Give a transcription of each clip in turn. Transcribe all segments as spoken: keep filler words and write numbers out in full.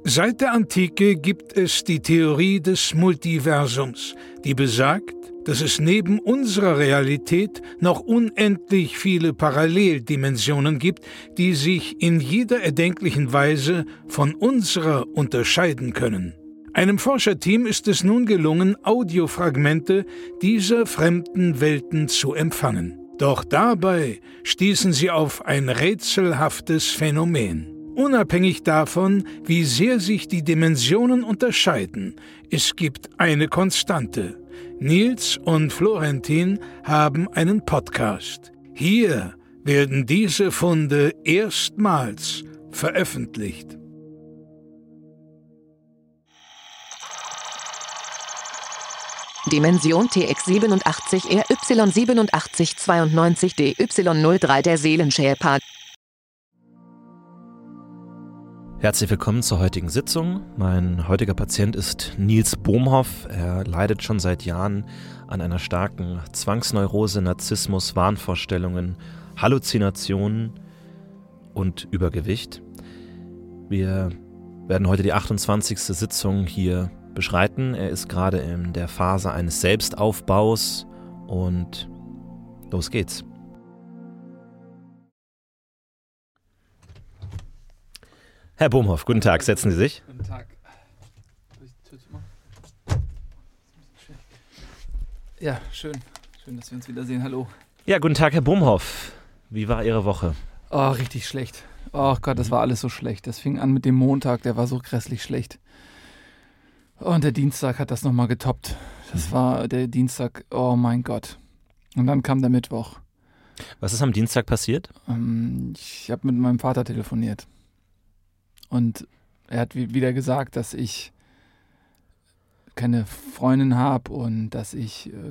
Seit der Antike gibt es die Theorie des Multiversums, die besagt, dass es neben unserer Realität noch unendlich viele Paralleldimensionen gibt, die sich in jeder erdenklichen Weise von unserer unterscheiden können. Einem Forscherteam ist es nun gelungen, Audiofragmente dieser fremden Welten zu empfangen. Doch dabei stießen sie auf ein rätselhaftes Phänomen. Unabhängig davon, wie sehr sich die Dimensionen unterscheiden, es gibt eine Konstante. Nils und Florentin haben einen Podcast. Hier werden diese Funde erstmals veröffentlicht. Dimension T X siebenundachtzig R Y siebenundachtzig zweiundneunzig D Y null drei der Seelenschäper. Herzlich willkommen zur heutigen Sitzung. Mein heutiger Patient ist Nils Bohmhoff. Er leidet schon seit Jahren an einer starken Zwangsneurose, Narzissmus, Wahnvorstellungen, Halluzinationen und Übergewicht. Wir werden heute die achtundzwanzigste Sitzung hier beschreiten. Er ist gerade in der Phase eines Selbstaufbaus und los geht's. Herr Bohmhoff, guten Tag, setzen Sie sich. Guten Tag. Ja, schön. Schön, dass wir uns wiedersehen. Hallo. Ja, guten Tag, Herr Bohmhoff. Wie war Ihre Woche? Oh, richtig schlecht. Oh Gott, das war alles so schlecht. Das fing an mit dem Montag, der war so grässlich schlecht. Und der Dienstag hat das nochmal getoppt. Das war der Dienstag, oh mein Gott. Und dann kam der Mittwoch. Was ist am Dienstag passiert? Ähm, ich habe mit meinem Vater telefoniert. Und er hat wieder gesagt, dass ich keine Freundin habe und dass ich äh,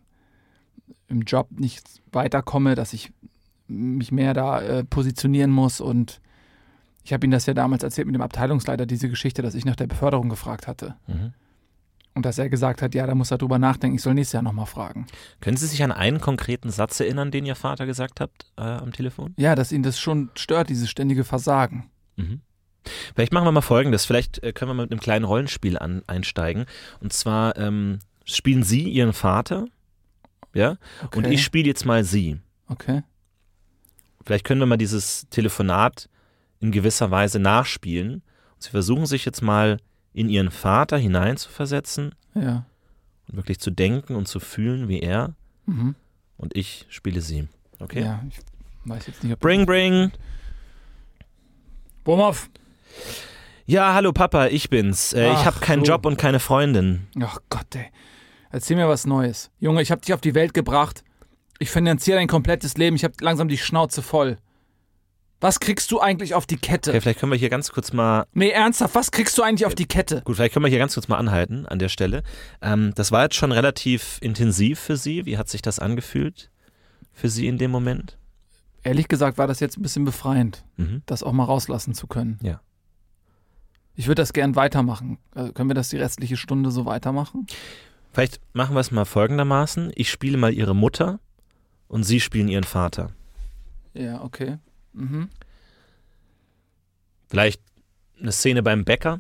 im Job nicht weiterkomme, dass ich mich mehr da äh, positionieren muss. Und ich habe ihm das ja damals erzählt mit dem Abteilungsleiter, diese Geschichte, dass ich nach der Beförderung gefragt hatte. Mhm. Und dass er gesagt hat, ja, da muss er drüber nachdenken, ich soll nächstes Jahr nochmal fragen. Können Sie sich an einen konkreten Satz erinnern, den Ihr Vater gesagt hat äh, am Telefon? Ja, dass ihn das schon stört, dieses ständige Versagen. Mhm. Vielleicht machen wir mal Folgendes, vielleicht äh, können wir mit einem kleinen Rollenspiel an, einsteigen. Und zwar ähm, spielen Sie Ihren Vater, ja, Okay. und ich spiele jetzt mal Sie. Okay. Vielleicht können wir mal dieses Telefonat in gewisser Weise nachspielen. Und Sie versuchen sich jetzt mal in Ihren Vater hineinzuversetzen Ja. und wirklich zu denken und zu fühlen wie er. Mhm. Und ich spiele Sie. Okay? Ja, ich weiß jetzt nicht, ob... Bring, bring. Bohmhoff! Ja, hallo Papa, ich bin's. Äh, ich Ach, habe keinen so. Job und keine Freundin. Ach Gott, ey. Erzähl mir was Neues. Junge, ich hab dich auf die Welt gebracht. Ich finanziere dein komplettes Leben. Ich hab langsam die Schnauze voll. Was kriegst du eigentlich auf die Kette? Okay, vielleicht können wir hier ganz kurz mal... Nee, ernsthaft, was kriegst du eigentlich auf die Kette? Gut, vielleicht können wir hier ganz kurz mal anhalten an der Stelle. Ähm, das war jetzt schon relativ intensiv für Sie. Wie hat sich das angefühlt für Sie in dem Moment? Ehrlich gesagt war das jetzt ein bisschen befreiend, Mhm. das auch mal rauslassen zu können. Ja. Ich würde das gern weitermachen. Äh, können wir das die restliche Stunde so weitermachen? Vielleicht machen wir es mal folgendermaßen. Ich spiele mal Ihre Mutter und Sie spielen Ihren Vater. Ja, okay. Mhm. Vielleicht eine Szene beim Bäcker.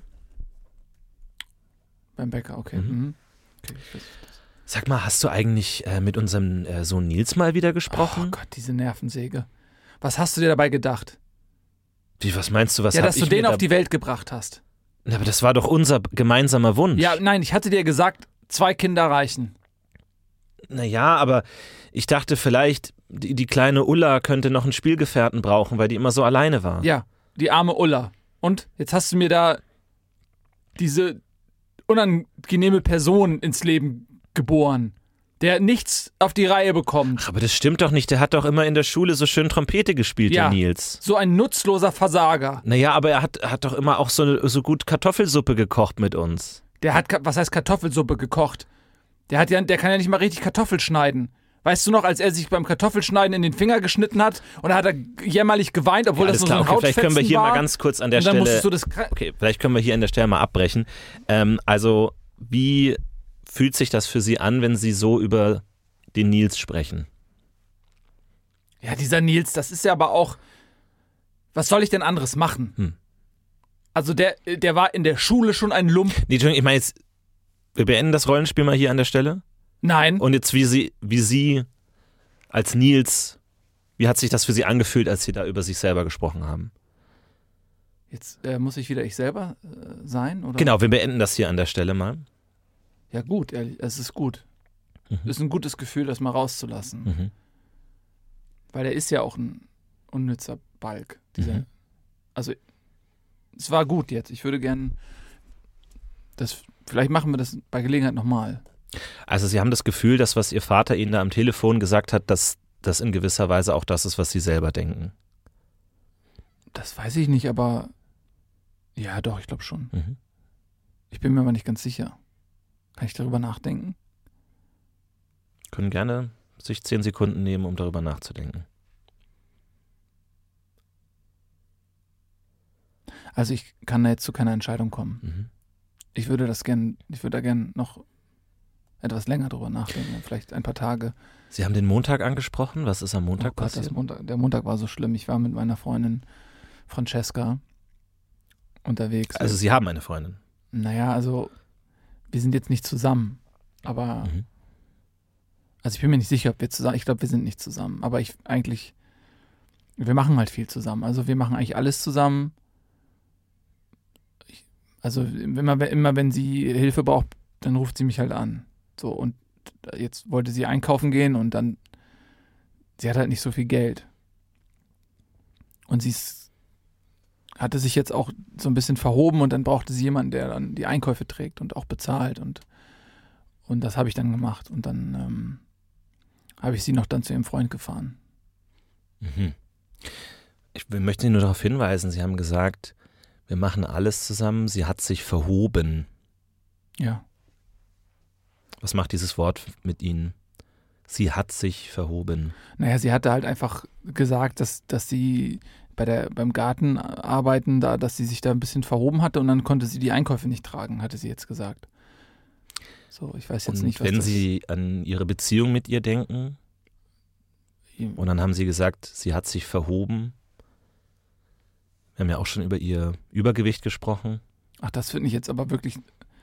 Beim Bäcker, okay. Mhm. Mhm. Okay, ich weiß. Sag mal, hast du eigentlich äh, mit unserem äh, Sohn Nils mal wieder gesprochen? Oh Gott, diese Nervensäge. Was hast du dir dabei gedacht? Wie, was meinst du, was ja, hab dass du ich den mir auf da... die Welt gebracht hast. Na, aber das war doch unser gemeinsamer Wunsch. Ja, nein, ich hatte dir gesagt, zwei Kinder reichen. Naja, aber ich dachte vielleicht, die, die kleine Ulla könnte noch einen Spielgefährten brauchen, weil die immer so alleine war. Ja, die arme Ulla. Und jetzt hast du mir da diese unangenehme Person ins Leben geboren, der nichts auf die Reihe bekommt. Ach, aber das stimmt doch nicht. Der hat doch immer in der Schule so schön Trompete gespielt, Ja. der Nils. So ein nutzloser Versager. Naja, aber er hat, hat doch immer auch so, so gut Kartoffelsuppe gekocht mit uns. Der hat, Ka- was heißt Kartoffelsuppe gekocht? Der hat ja, der kann ja nicht mal richtig Kartoffel schneiden. Weißt du noch, als er sich beim Kartoffelschneiden in den Finger geschnitten hat und da hat er jämmerlich geweint, obwohl Ja, das alles nur so klar, ein okay, vielleicht können wir Hautfetzen hier war. mal ganz kurz an der und dann Stelle... musstest du das... Kra- Okay, vielleicht können wir hier an der Stelle mal abbrechen. Ähm, also, wie fühlt sich das für Sie an, wenn Sie so über den Nils sprechen? Ja, dieser Nils, das ist ja aber auch... Was soll ich denn anderes machen? Hm. Also der, der war in der Schule schon ein Lump. Nee, Entschuldigung, ich meine jetzt, wir beenden das Rollenspiel mal hier an der Stelle. Nein. Und jetzt, wie sie, wie sie als Nils, wie hat sich das für sie angefühlt, als sie da über sich selber gesprochen haben? Jetzt äh, muss ich wieder ich selber äh, sein? Oder? Genau, wir beenden das hier an der Stelle mal. Ja gut, ehrlich, es ist gut. Mhm. Es ist ein gutes Gefühl, das mal rauszulassen. Mhm. Weil er ist ja auch ein unnützer Balk. Dieser, Mhm. Also es war gut jetzt. Ich würde gern das, vielleicht machen wir das bei Gelegenheit nochmal. Also Sie haben das Gefühl, dass was Ihr Vater Ihnen da am Telefon gesagt hat, dass das in gewisser Weise auch das ist, was Sie selber denken. Das weiß ich nicht, aber ja doch, ich glaube schon. Mhm. Ich bin mir aber nicht ganz sicher. Kann ich darüber nachdenken? Können gerne sich zehn Sekunden nehmen, um darüber nachzudenken. Also ich kann da jetzt zu keiner Entscheidung kommen. Mhm. Ich würde das gern, ich würde da gern noch etwas länger drüber nachdenken, vielleicht ein paar Tage. Sie haben den Montag angesprochen. Was ist am Montag Oh Gott, passiert? das Montag, der Montag war so schlimm. Ich war mit meiner Freundin Francesca unterwegs. Also Sie haben eine Freundin. Naja, also wir sind jetzt nicht zusammen, aber Mhm. also ich bin mir nicht sicher, ob wir zusammen, ich glaube, wir sind nicht zusammen, aber ich eigentlich, wir machen halt viel zusammen. Also wir machen eigentlich alles zusammen. Ich, also immer, immer wenn sie Hilfe braucht, dann ruft sie mich halt an. So, und jetzt wollte sie einkaufen gehen und dann, sie hat halt nicht so viel Geld. Und sie ist, hatte sich jetzt auch so ein bisschen verhoben und dann brauchte sie jemanden, der dann die Einkäufe trägt und auch bezahlt und, und das habe ich dann gemacht und dann ähm, habe ich sie noch dann zu ihrem Freund gefahren. Mhm. Ich möchte Sie nur darauf hinweisen, Sie haben gesagt, wir machen alles zusammen. Sie hat sich verhoben. Ja. Was macht dieses Wort mit Ihnen? Sie hat sich verhoben. Naja, sie hatte halt einfach gesagt, dass, dass sie bei der, beim Gartenarbeiten da, dass sie sich da ein bisschen verhoben hatte und dann konnte sie die Einkäufe nicht tragen, hatte sie jetzt gesagt. So, ich weiß jetzt Und nicht, was wenn das Sie an Ihre Beziehung mit ihr denken, und dann haben Sie gesagt, sie hat sich verhoben. Wir haben ja auch schon über ihr Übergewicht gesprochen. Ach, das finde ich jetzt aber wirklich,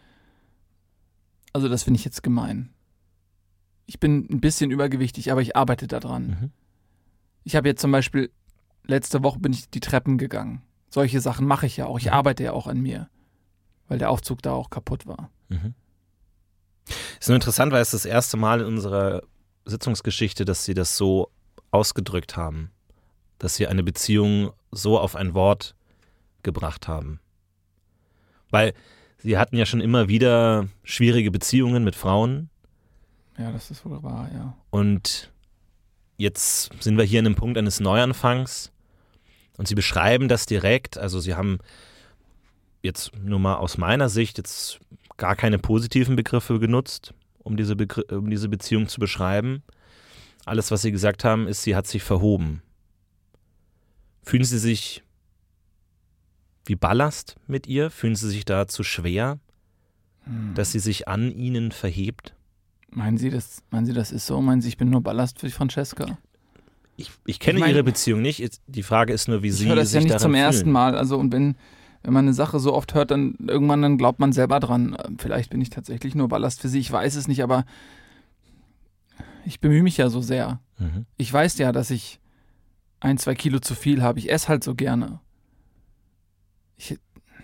also das finde ich jetzt gemein. Ich bin ein bisschen übergewichtig, aber ich arbeite daran. Mhm. Ich habe jetzt zum Beispiel, letzte Woche bin ich die Treppen gegangen. Solche Sachen mache ich ja auch. Ich Mhm. arbeite ja auch an mir, weil der Aufzug da auch kaputt war. Mhm. Ist nur interessant, weil es das erste Mal in unserer Sitzungsgeschichte, dass Sie das so ausgedrückt haben, dass Sie eine Beziehung so auf ein Wort gebracht haben. Weil Sie hatten ja schon immer wieder schwierige Beziehungen mit Frauen Ja, das ist wohl wahr, ja. und jetzt sind wir hier an einem Punkt eines Neuanfangs und Sie beschreiben das direkt, also Sie haben jetzt nur mal aus meiner Sicht jetzt gar keine positiven Begriffe genutzt, um diese, Begr- um diese Beziehung zu beschreiben. Alles, was Sie gesagt haben, ist, sie hat sich verhoben. Fühlen Sie sich wie Ballast mit ihr? Fühlen Sie sich da zu schwer, Hm. dass sie sich an Ihnen verhebt? Meinen Sie, das, meinen Sie, das ist so? Meinen Sie, ich bin nur Ballast für Francesca? Ich, ich kenne Ich mein- Ihre Beziehung nicht. Jetzt- Die Frage ist nur, wie Ich Sie höre das sich ja nicht daran zum fühlen. ersten Mal. Also, und wenn, wenn man eine Sache so oft hört, dann irgendwann dann glaubt man selber dran. Äh, Vielleicht bin ich tatsächlich nur Ballast für sie. Ich weiß es nicht, aber ich bemühe mich ja so sehr. Mhm. Ich weiß ja, dass ich ein, zwei Kilo zu viel habe. Ich esse halt so gerne. Ich,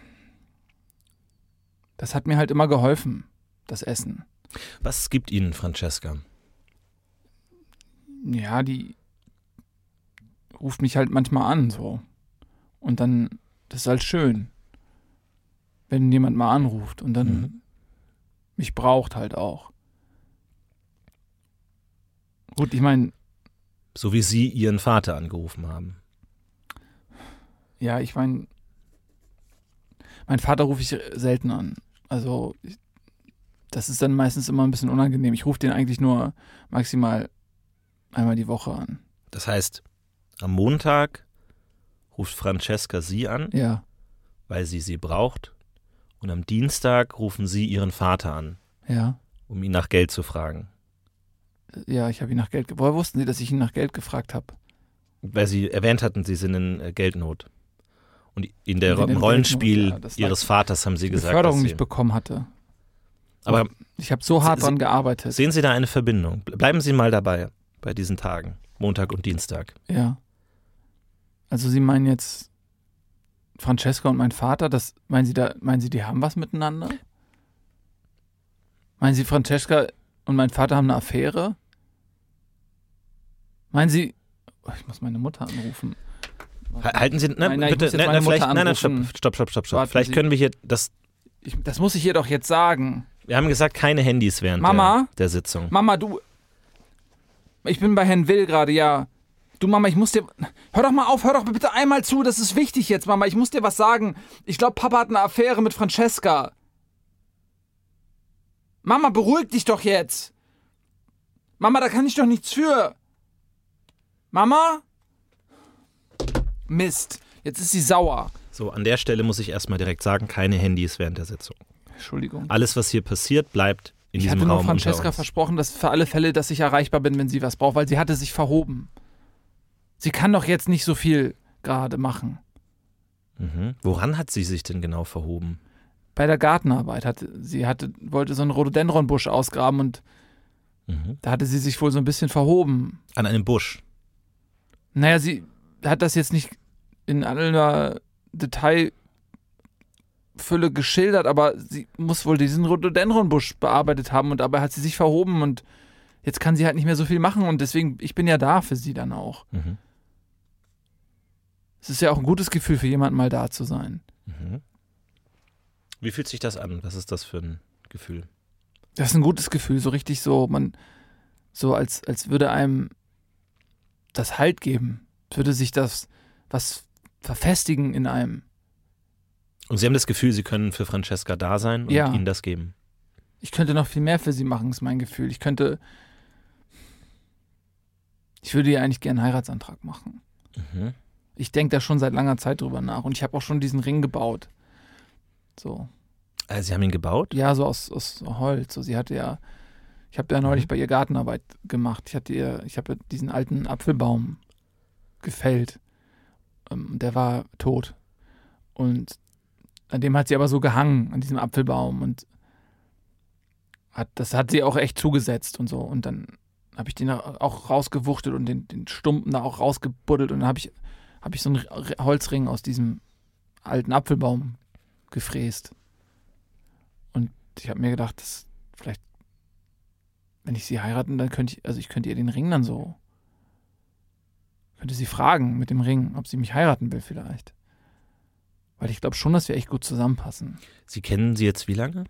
das hat mir halt immer geholfen, das Essen. Was gibt Ihnen Francesca? Ja, die ruft mich halt manchmal an, so. Und dann, das ist halt schön, wenn jemand mal anruft und dann Mhm. mich braucht halt auch. Gut, ich meine, So wie Sie Ihren Vater angerufen haben. ja, ich meine, mein Vater rufe ich selten an. Also, ich, das ist dann meistens immer ein bisschen unangenehm. Ich rufe den eigentlich nur maximal einmal die Woche an. Das heißt, am Montag ruft Francesca Sie an, Ja, weil sie Sie braucht. Und am Dienstag rufen Sie Ihren Vater an, ja. um ihn nach Geld zu fragen. Ja, ich habe ihn nach Geld gefragt. Woher wussten Sie, dass ich ihn nach Geld gefragt habe? Weil Sie erwähnt hatten, Sie sind in äh, Geldnot. Und in der Und in im den Rollenspiel Welten, ja, das ihres lag- Vaters haben sie die gesagt, Förderung dass nicht sie, bekommen hatte. aber Ich habe so hart Sie- dran gearbeitet. sehen Sie da eine Verbindung? Bleiben Sie mal dabei, bei diesen Tagen, Montag und Dienstag. Ja. Also Sie meinen jetzt Francesca und mein Vater, das meinen Sie da, meinen Sie, die haben was miteinander? Meinen Sie, Francesca und mein Vater haben eine Affäre? Meinen Sie, oh, ich muss meine Mutter anrufen. Ha- Halten Sie, ne, Nein, nein, ich bitte, muss jetzt nein, meine nein, vielleicht, Mutter nein, nein, stopp, anrufen. stopp, stopp, stopp, stopp. Warten Vielleicht Sie. können wir hier, das, Ich, das muss ich ihr doch jetzt sagen. wir haben gesagt, keine Handys während Mama? der, der Sitzung. Mama, du. Ich bin bei Herrn Will gerade, ja. Du, Mama, ich muss dir. Hör doch mal auf, hör doch bitte einmal zu, das ist wichtig jetzt, Mama. Ich muss dir was sagen. Ich glaube, Papa hat eine Affäre mit Francesca. Mama, beruhig dich doch jetzt. Mama, da kann ich doch nichts für. Mama? Mist. Jetzt ist sie sauer. So, an der Stelle muss ich erstmal direkt sagen, keine Handys während der Sitzung. Entschuldigung. Alles, was hier passiert, bleibt in Ich diesem hatte nur Raum Francesca unter uns. versprochen, dass für alle Fälle, dass ich erreichbar bin, wenn sie was braucht, weil sie hatte sich verhoben. Sie kann doch jetzt nicht so viel gerade machen. Mhm. Woran hat sie sich denn genau verhoben? Bei der Gartenarbeit hatte sie hatte, wollte so einen Rhododendronbusch ausgraben und Mhm. da hatte sie sich wohl so ein bisschen verhoben. An einem Busch. Naja, sie hat das jetzt nicht in aller Detailfülle geschildert, aber sie muss wohl diesen Rhododendronbusch bearbeitet haben und dabei hat sie sich verhoben und jetzt kann sie halt nicht mehr so viel machen und deswegen, ich bin ja da für sie dann auch. Mhm. Es ist ja auch ein gutes Gefühl für jemanden, mal da zu sein. Mhm. Wie fühlt sich das an? Was ist das für ein Gefühl? Das ist ein gutes Gefühl, so richtig so, man, so als, als würde einem das Halt geben. Als würde sich das was verfestigen in einem. Und Sie haben das Gefühl, Sie können für Francesca da sein und Ja. Ihnen das geben. Ich könnte noch viel mehr für sie machen, ist mein Gefühl. Ich könnte, ich würde ihr eigentlich gerne einen Heiratsantrag machen. Mhm. Ich denke da schon seit langer Zeit drüber nach und ich habe auch schon diesen Ring gebaut. So. Also Sie haben ihn gebaut? Ja, so aus, aus Holz. So, sie hatte ja, ich habe ja neulich Mhm. bei ihr Gartenarbeit gemacht. Ich hatte ihr, ich habe diesen alten Apfelbaum gefällt. Ähm, der war tot. Und an dem hat sie aber so gehangen, an diesem Apfelbaum. Und hat, das hat sie auch echt zugesetzt und so. Und dann habe ich den auch rausgewuchtet und den, den Stumpen da auch rausgebuddelt. Und dann habe ich, hab ich so einen Holzring aus diesem alten Apfelbaum gefräst. Und ich habe mir gedacht, dass vielleicht, wenn ich sie heiraten, dann könnte ich, also ich könnte ihr den Ring dann so, könnte sie fragen mit dem Ring, ob sie mich heiraten will vielleicht. Weil ich glaube schon, dass wir echt gut zusammenpassen. Sie kennen sie jetzt wie lange?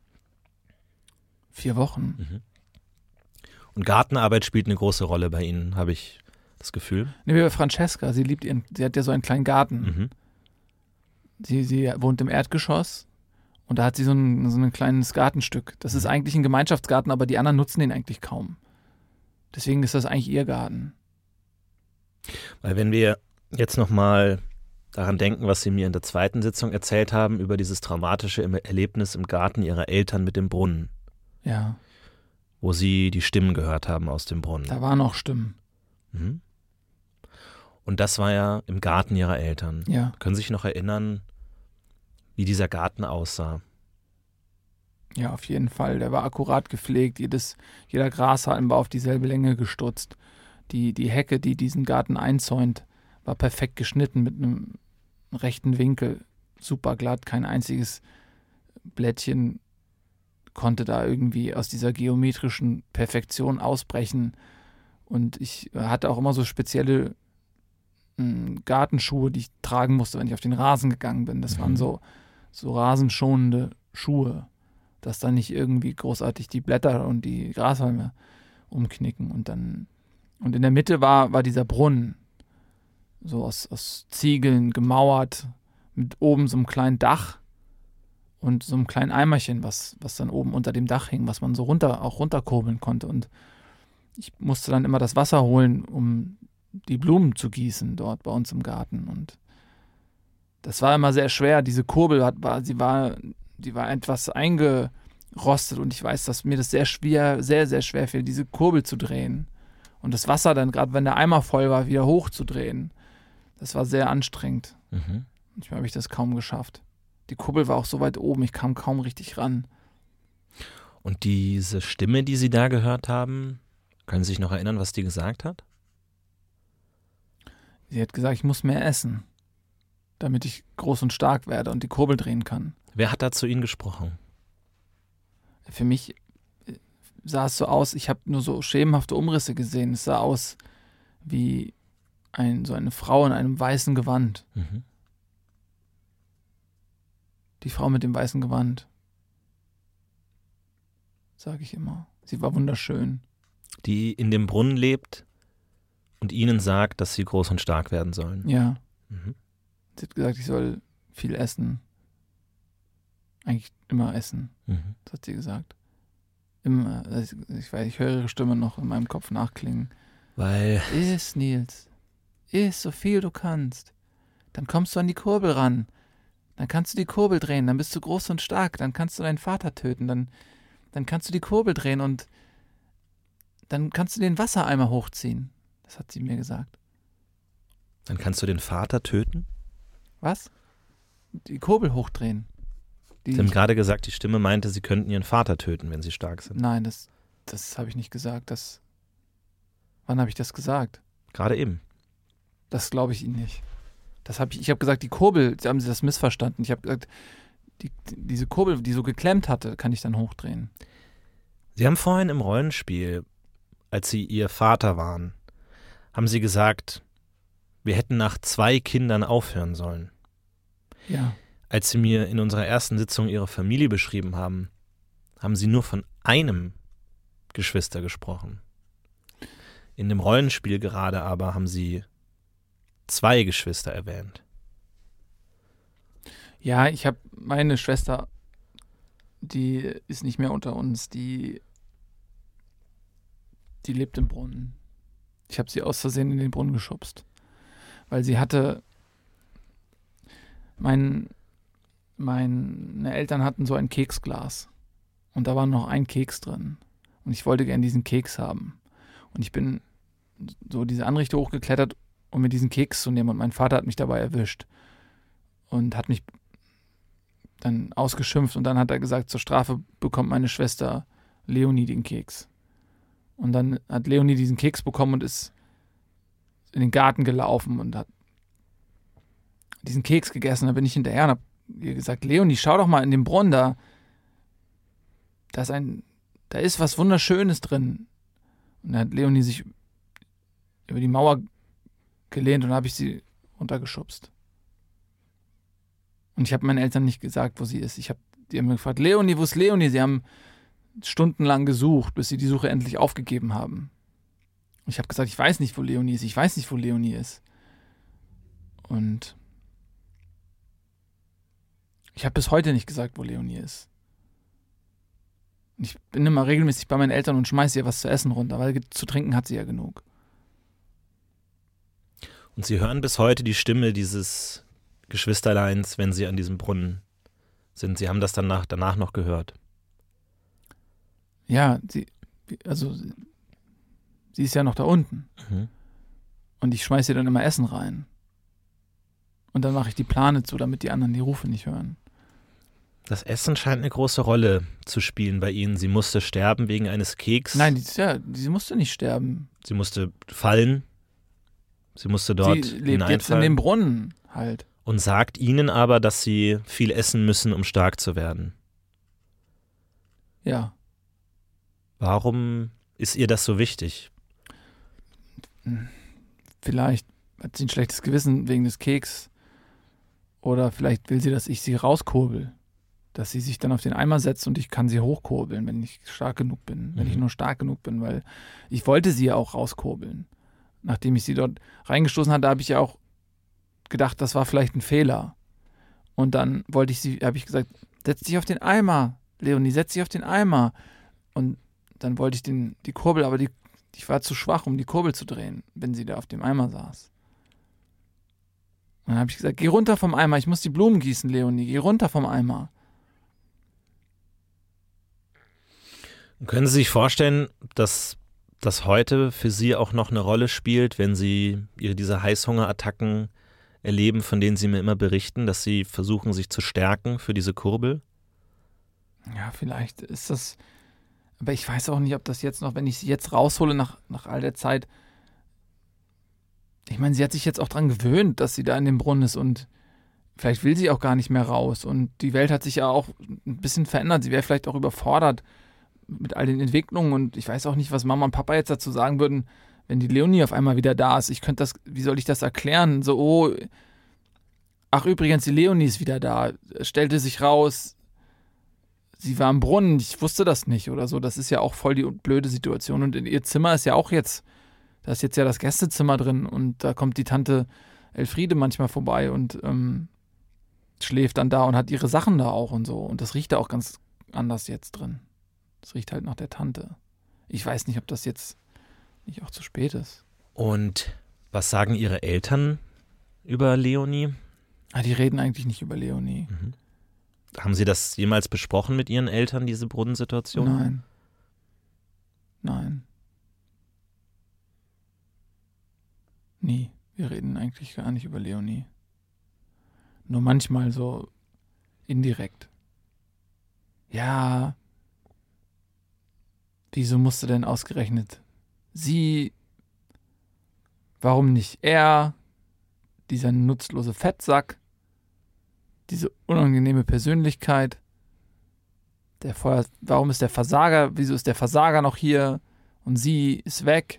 Vier Wochen. Mhm. Und Gartenarbeit spielt eine große Rolle bei Ihnen, habe ich das Gefühl. Ne, wie bei Francesca, sie liebt ihren, sie hat ja so einen kleinen Garten. Mhm. Sie, sie wohnt im Erdgeschoss und da hat sie so ein, so ein kleines Gartenstück. Das ist eigentlich ein Gemeinschaftsgarten, aber die anderen nutzen den eigentlich kaum. Deswegen ist das eigentlich ihr Garten. Weil wenn wir jetzt nochmal daran denken, was Sie mir in der zweiten Sitzung erzählt haben, über dieses traumatische Erlebnis im Garten Ihrer Eltern mit dem Brunnen, Ja, wo Sie die Stimmen gehört haben aus dem Brunnen. da waren auch Stimmen. Mhm. Und das war ja im Garten Ihrer Eltern. Ja. Können Sie sich noch erinnern, wie dieser Garten aussah? Ja, auf jeden Fall. Der war akkurat gepflegt. Jedes, jeder Grashalm war auf dieselbe Länge gestutzt. Die, die Hecke, die diesen Garten einzäunt, war perfekt geschnitten mit einem rechten Winkel. Super glatt, kein einziges Blättchen konnte da irgendwie aus dieser geometrischen Perfektion ausbrechen. Und ich hatte auch immer so spezielle mh, Gartenschuhe, die ich tragen musste, wenn ich auf den Rasen gegangen bin. Das Mhm. waren so, so rasenschonende Schuhe, dass da nicht irgendwie großartig die Blätter und die Grashalme umknicken. Und dann, und in der Mitte war, war dieser Brunnen, so aus, aus Ziegeln gemauert, mit oben so einem kleinen Dach und so einem kleinen Eimerchen, was, was dann oben unter dem Dach hing, was man so runter, auch runterkurbeln konnte. Und ich musste dann immer das Wasser holen, um die Blumen zu gießen dort bei uns im Garten. Und das war immer sehr schwer. Diese Kurbel hat, war, sie war, die war etwas eingerostet und ich weiß, dass mir das sehr schwer, sehr, sehr schwer fiel, diese Kurbel zu drehen. Und das Wasser dann, gerade wenn der Eimer voll war, wieder hochzudrehen. Das war sehr anstrengend. Mhm. Manchmal habe ich das kaum geschafft. Die Kurbel war auch so weit oben, ich kam kaum richtig ran. Und diese Stimme, die Sie da gehört haben, können Sie sich noch erinnern, was die gesagt hat? Sie hat gesagt, ich muss mehr essen, damit ich groß und stark werde und die Kurbel drehen kann. Wer hat da zu Ihnen gesprochen? Für mich sah es so aus, ich habe nur so schemenhafte Umrisse gesehen. Es sah aus wie ein, so eine Frau in einem weißen Gewand. Mhm. Die Frau mit dem weißen Gewand, sage ich immer. Sie war wunderschön. Die in dem Brunnen lebt und Ihnen sagt, dass Sie groß und stark werden sollen. Ja. Mhm. Sie hat gesagt, ich soll viel essen. Eigentlich immer essen, Mhm. das hat sie gesagt. Immer, ich weiß, ich höre ihre Stimme noch in meinem Kopf nachklingen. Weil, Iss, Nils. Iss so viel du kannst. Dann kommst du an die Kurbel ran. Dann kannst du die Kurbel drehen. Dann bist du groß und stark. Dann kannst du deinen Vater töten. Dann, dann kannst du die Kurbel drehen und dann kannst du den Wassereimer hochziehen. Das hat sie mir gesagt. dann kannst du den Vater töten? Was? Die Kurbel hochdrehen. Die Sie haben gerade gesagt, die Stimme meinte, Sie könnten Ihren Vater töten, wenn Sie stark sind. Nein, das, das habe ich nicht gesagt. Das, wann habe ich das gesagt? Gerade eben. Das glaube ich Ihnen nicht. Das hab ich ich habe gesagt, die Kurbel, Sie haben Sie das missverstanden. Ich habe gesagt, die, diese Kurbel, die so geklemmt hatte, kann ich dann hochdrehen. Sie haben vorhin im Rollenspiel, als Sie Ihr Vater waren, haben Sie gesagt, wir hätten nach zwei Kindern aufhören sollen. Ja. Als Sie mir in unserer ersten Sitzung Ihre Familie beschrieben haben, haben Sie nur von einem Geschwister gesprochen. In dem Rollenspiel gerade aber haben Sie zwei Geschwister erwähnt. Ja, ich habe meine Schwester, die ist nicht mehr unter uns, die, die lebt im Brunnen. Ich habe sie aus Versehen in den Brunnen geschubst, weil sie hatte, mein, meine Eltern hatten so ein Keksglas und da war noch ein Keks drin und ich wollte gern diesen Keks haben und ich bin so diese Anrichte hochgeklettert, um mir diesen Keks zu nehmen und mein Vater hat mich dabei erwischt und hat mich dann ausgeschimpft und dann hat er gesagt, zur Strafe bekommt meine Schwester Leonie den Keks. Und dann hat Leonie diesen Keks bekommen und ist in den Garten gelaufen und hat diesen Keks gegessen. Da bin ich hinterher und habe ihr gesagt, Leonie, schau doch mal in den Brunnen, da, da ist ein, da ist was Wunderschönes drin. Und dann hat Leonie sich über die Mauer gelehnt und habe ich sie runtergeschubst. Und ich habe meinen Eltern nicht gesagt, wo sie ist. Ich habe die haben mir gefragt, Leonie, wo ist Leonie? Sie haben stundenlang gesucht, bis sie die Suche endlich aufgegeben haben. Und ich habe gesagt, ich weiß nicht, wo Leonie ist. Ich weiß nicht, wo Leonie ist. Und ich habe bis heute nicht gesagt, wo Leonie ist. Und ich bin immer regelmäßig bei meinen Eltern und schmeiße ihr was zu essen runter, weil zu trinken hat sie ja genug. Und Sie hören bis heute die Stimme dieses Geschwisterleins, wenn Sie an diesem Brunnen sind. Sie haben das danach, danach noch gehört. Ja, sie, also sie ist ja noch da unten. Mhm. Und ich schmeiße ihr dann immer Essen rein. Und dann mache ich die Plane zu, damit die anderen die Rufe nicht hören. Das Essen scheint eine große Rolle zu spielen bei Ihnen. Sie musste sterben wegen eines Keks. Nein, die, ja, sie musste nicht sterben. Sie musste fallen. Sie musste dort sie lebt jetzt in hineinfallen. dem Brunnen halt. Und sagt Ihnen aber, dass Sie viel essen müssen, um stark zu werden. Ja. Warum ist ihr das so wichtig? Vielleicht hat sie ein schlechtes Gewissen wegen des Keks. Oder vielleicht will sie, dass ich sie rauskurbel. Dass sie sich dann auf den Eimer setzt und ich kann sie hochkurbeln, wenn ich stark genug bin. Wenn Mhm. ich nur stark genug bin, weil ich wollte sie ja auch rauskurbeln. Nachdem ich sie dort reingestoßen hatte, habe ich ja auch gedacht, das war vielleicht ein Fehler. Und dann wollte ich sie, habe ich gesagt, setz dich auf den Eimer, Leonie, setz dich auf den Eimer. Und dann wollte ich den, die Kurbel, aber die, ich war zu schwach, um die Kurbel zu drehen, wenn sie da auf dem Eimer saß. Und dann habe ich gesagt, geh runter vom Eimer, ich muss die Blumen gießen, Leonie, geh runter vom Eimer. Können Sie sich vorstellen, dass das heute für Sie auch noch eine Rolle spielt, wenn Sie ihre, diese Heißhungerattacken erleben, von denen Sie mir immer berichten, dass Sie versuchen, sich zu stärken für diese Kurbel? Ja, vielleicht ist das, aber ich weiß auch nicht, ob das jetzt noch, wenn ich sie jetzt raushole nach, nach all der Zeit, ich meine, sie hat sich jetzt auch dran gewöhnt, dass sie da in dem Brunnen ist und vielleicht will sie auch gar nicht mehr raus und die Welt hat sich ja auch ein bisschen verändert, sie wäre vielleicht auch überfordert mit all den Entwicklungen und ich weiß auch nicht, was Mama und Papa jetzt dazu sagen würden, wenn die Leonie auf einmal wieder da ist. Ich könnte das, wie soll ich das erklären? So, oh, ach übrigens, die Leonie ist wieder da. Es stellte sich raus, sie war im Brunnen, ich wusste das nicht oder so. Das ist ja auch voll die blöde Situation. Und in ihr Zimmer ist ja auch jetzt, da ist jetzt ja das Gästezimmer drin und da kommt die Tante Elfriede manchmal vorbei und ähm, schläft dann da und hat ihre Sachen da auch und so. Und das riecht da auch ganz anders jetzt drin. Das riecht halt nach der Tante. Ich weiß nicht, ob das jetzt nicht auch zu spät ist. Und was sagen Ihre Eltern über Leonie? Ah, die reden eigentlich nicht über Leonie. Mhm. Haben Sie das jemals besprochen mit Ihren Eltern, diese Brunnensituation? Nein. Nein. Nie. Wir reden eigentlich gar nicht über Leonie. Nur manchmal so indirekt. Ja, wieso musste denn ausgerechnet sie, warum nicht er, dieser nutzlose Fettsack, diese unangenehme Persönlichkeit, der Feuer, warum ist der Versager, wieso ist der Versager noch hier und sie ist weg?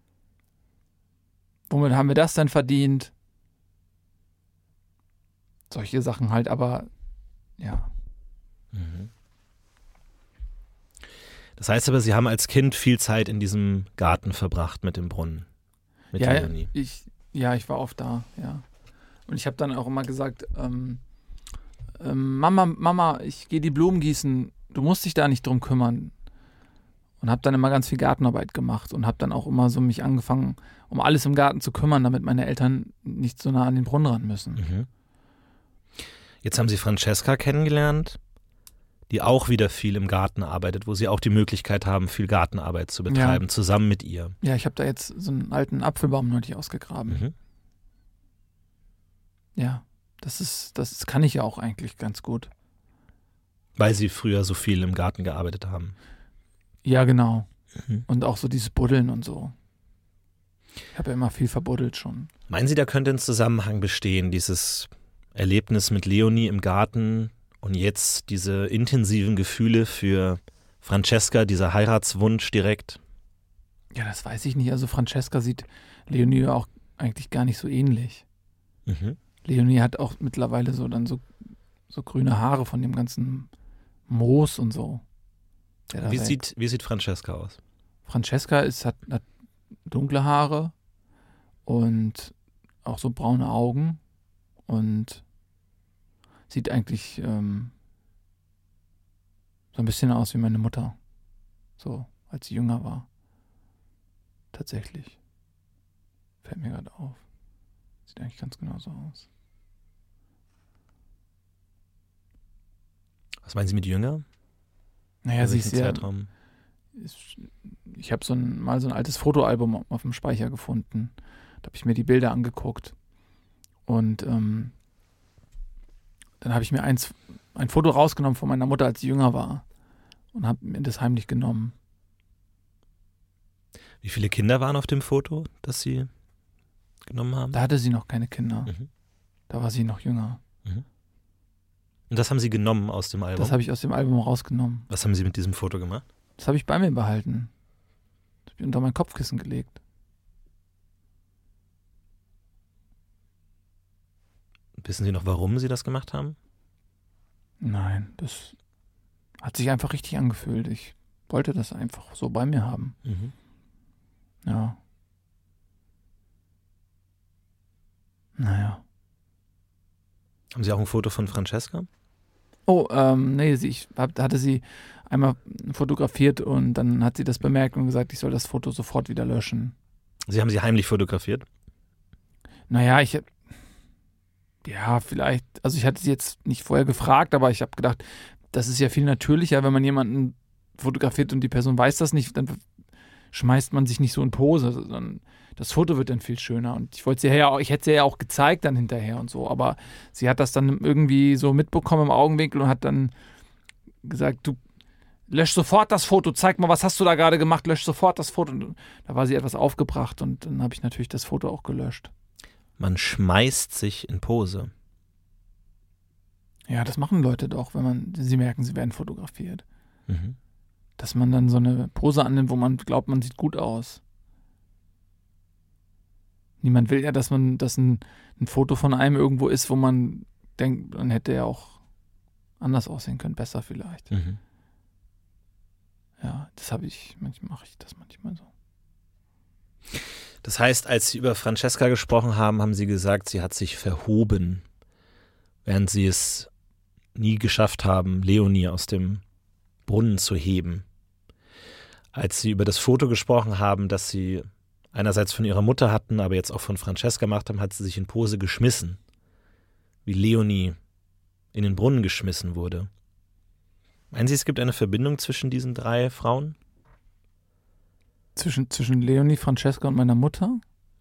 Womit haben wir das denn verdient? Solche Sachen halt, aber ja. Mhm. Das heißt aber, Sie haben als Kind viel Zeit in diesem Garten verbracht mit dem Brunnen, mit ja, Leonie. Ich, ja, ich war oft da, ja. Und ich habe dann auch immer gesagt, ähm, ähm, Mama, Mama, ich gehe die Blumen gießen, du musst dich da nicht drum kümmern. Und habe dann immer ganz viel Gartenarbeit gemacht und habe dann auch immer so mich angefangen, um alles im Garten zu kümmern, damit meine Eltern nicht so nah an den Brunnen ran müssen. Mhm. Jetzt haben Sie Francesca kennengelernt, die auch wieder viel im Garten arbeitet, wo Sie auch die Möglichkeit haben, viel Gartenarbeit zu betreiben, ja. Zusammen mit ihr. Ja, ich habe da jetzt so einen alten Apfelbaum neulich ausgegraben. Mhm. Ja, das ist, das kann ich ja auch eigentlich ganz gut. Weil Sie früher so viel im Garten gearbeitet haben. Ja, genau. Mhm. Und auch so dieses Buddeln und so. Ich habe ja immer viel verbuddelt schon. Meinen Sie, da könnte ein Zusammenhang bestehen, dieses Erlebnis mit Leonie im Garten und jetzt diese intensiven Gefühle für Francesca, dieser Heiratswunsch direkt? Ja, das weiß ich nicht. Also Francesca sieht Leonie auch eigentlich gar nicht so ähnlich. Mhm. Leonie hat auch mittlerweile so dann so, so grüne Haare von dem ganzen Moos und so. Wie sieht, wie sieht Francesca aus? Francesca ist, hat, hat dunkle Haare und auch so braune Augen und sieht eigentlich ähm, so ein bisschen aus wie meine Mutter. So, als sie jünger war. Tatsächlich. Fällt mir gerade auf. Sieht eigentlich ganz genau so aus. Was meinen Sie mit jünger? Naja, sie ist ja, Zeitraum? ich habe so ein, mal so ein altes Fotoalbum auf dem Speicher gefunden. Da habe ich mir die Bilder angeguckt. Und ähm, dann habe ich mir eins, ein Foto rausgenommen von meiner Mutter, als sie jünger war. Und habe mir das heimlich genommen. Wie viele Kinder waren auf dem Foto, das Sie genommen haben? Da hatte sie noch keine Kinder. Mhm. Da war sie noch jünger. Mhm. Und das haben Sie genommen aus dem Album? Das habe ich aus dem Album rausgenommen. Was haben Sie mit diesem Foto gemacht? Das habe ich bei mir behalten. Das habe ich unter mein Kopfkissen gelegt. Wissen Sie noch, warum Sie das gemacht haben? Nein, das hat sich einfach richtig angefühlt. Ich wollte das einfach so bei mir haben. Mhm. Ja. Naja. Haben Sie auch ein Foto von Francesca? Oh, ähm, nee, sie, ich hab, hatte sie einmal fotografiert und dann hat sie das bemerkt und gesagt, ich soll das Foto sofort wieder löschen. Sie haben sie heimlich fotografiert? Naja, ich, ja, vielleicht, also ich hatte sie jetzt nicht vorher gefragt, aber ich habe gedacht, das ist ja viel natürlicher, wenn man jemanden fotografiert und die Person weiß das nicht, dann schmeißt man sich nicht so in Pose, sondern das Foto wird dann viel schöner. Und ich wollte sie ja auch, ich hätte sie ja auch gezeigt dann hinterher und so, aber sie hat das dann irgendwie so mitbekommen im Augenwinkel und hat dann gesagt, du lösch sofort das Foto, zeig mal, was hast du da gerade gemacht, lösch sofort das Foto. Und da war sie etwas aufgebracht und dann habe ich natürlich das Foto auch gelöscht. Man schmeißt sich in Pose. Ja, das machen Leute doch, wenn man sie merken, sie werden fotografiert. Mhm. Dass man dann so eine Pose annimmt, wo man glaubt, man sieht gut aus. Niemand will ja, dass man, dass ein, ein Foto von einem irgendwo ist, wo man denkt, man hätte ja auch anders aussehen können, besser vielleicht. Mhm. Ja, das habe ich, manchmal mache ich das manchmal so. Das heißt, als Sie über Francesca gesprochen haben, haben Sie gesagt, sie hat sich verhoben, während Sie es nie geschafft haben, Leonie aus dem Brunnen zu heben. Als Sie über das Foto gesprochen haben, das Sie einerseits von ihrer Mutter hatten, aber jetzt auch von Francesca gemacht haben, hat sie sich in Pose geschmissen, wie Leonie in den Brunnen geschmissen wurde. Meinen Sie, es gibt eine Verbindung zwischen diesen drei Frauen? Zwischen, zwischen Leonie, Francesca und meiner Mutter?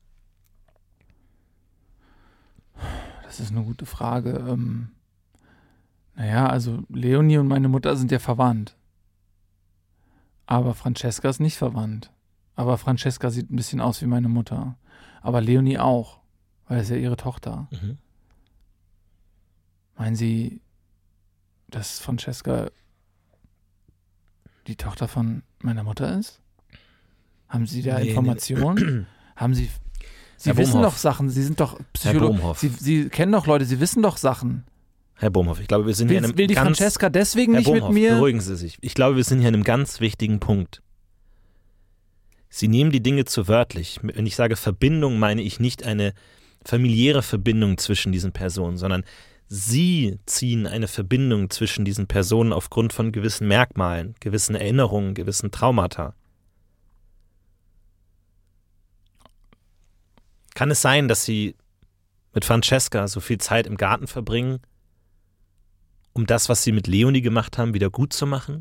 Das ist eine gute Frage. Ähm, naja, also Leonie und meine Mutter sind ja verwandt. Aber Francesca ist nicht verwandt. Aber Francesca sieht ein bisschen aus wie meine Mutter. Aber Leonie auch, weil es ja ihre Tochter. Mhm. Meinen Sie, dass Francesca die Tochter von meiner Mutter ist? Haben Sie da Nee, Informationen? nee. Haben Sie... Sie Herr wissen Bohmhoff. doch Sachen, Sie sind doch Herr Psychologe. Bohmhoff. Sie, Sie kennen doch Leute, Sie wissen doch Sachen. Herr Bohmhoff, ich glaube, wir sind Will, hier in einem will die ganz... Francesca deswegen Herr nicht Bohmhoff, mit mir... beruhigen Sie sich. Ich glaube, wir sind hier in einem ganz wichtigen Punkt. Sie nehmen die Dinge zu wörtlich. Wenn ich sage Verbindung, meine ich nicht eine familiäre Verbindung zwischen diesen Personen, sondern Sie ziehen eine Verbindung zwischen diesen Personen aufgrund von gewissen Merkmalen, gewissen Erinnerungen, gewissen Traumata. Kann es sein, dass Sie mit Francesca so viel Zeit im Garten verbringen, um das, was Sie mit Leonie gemacht haben, wieder gut zu machen?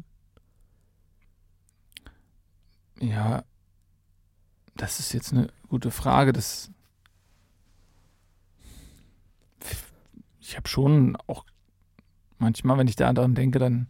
Ja, das ist jetzt eine gute Frage. Das ich habe schon auch manchmal, wenn ich da daran denke, dann,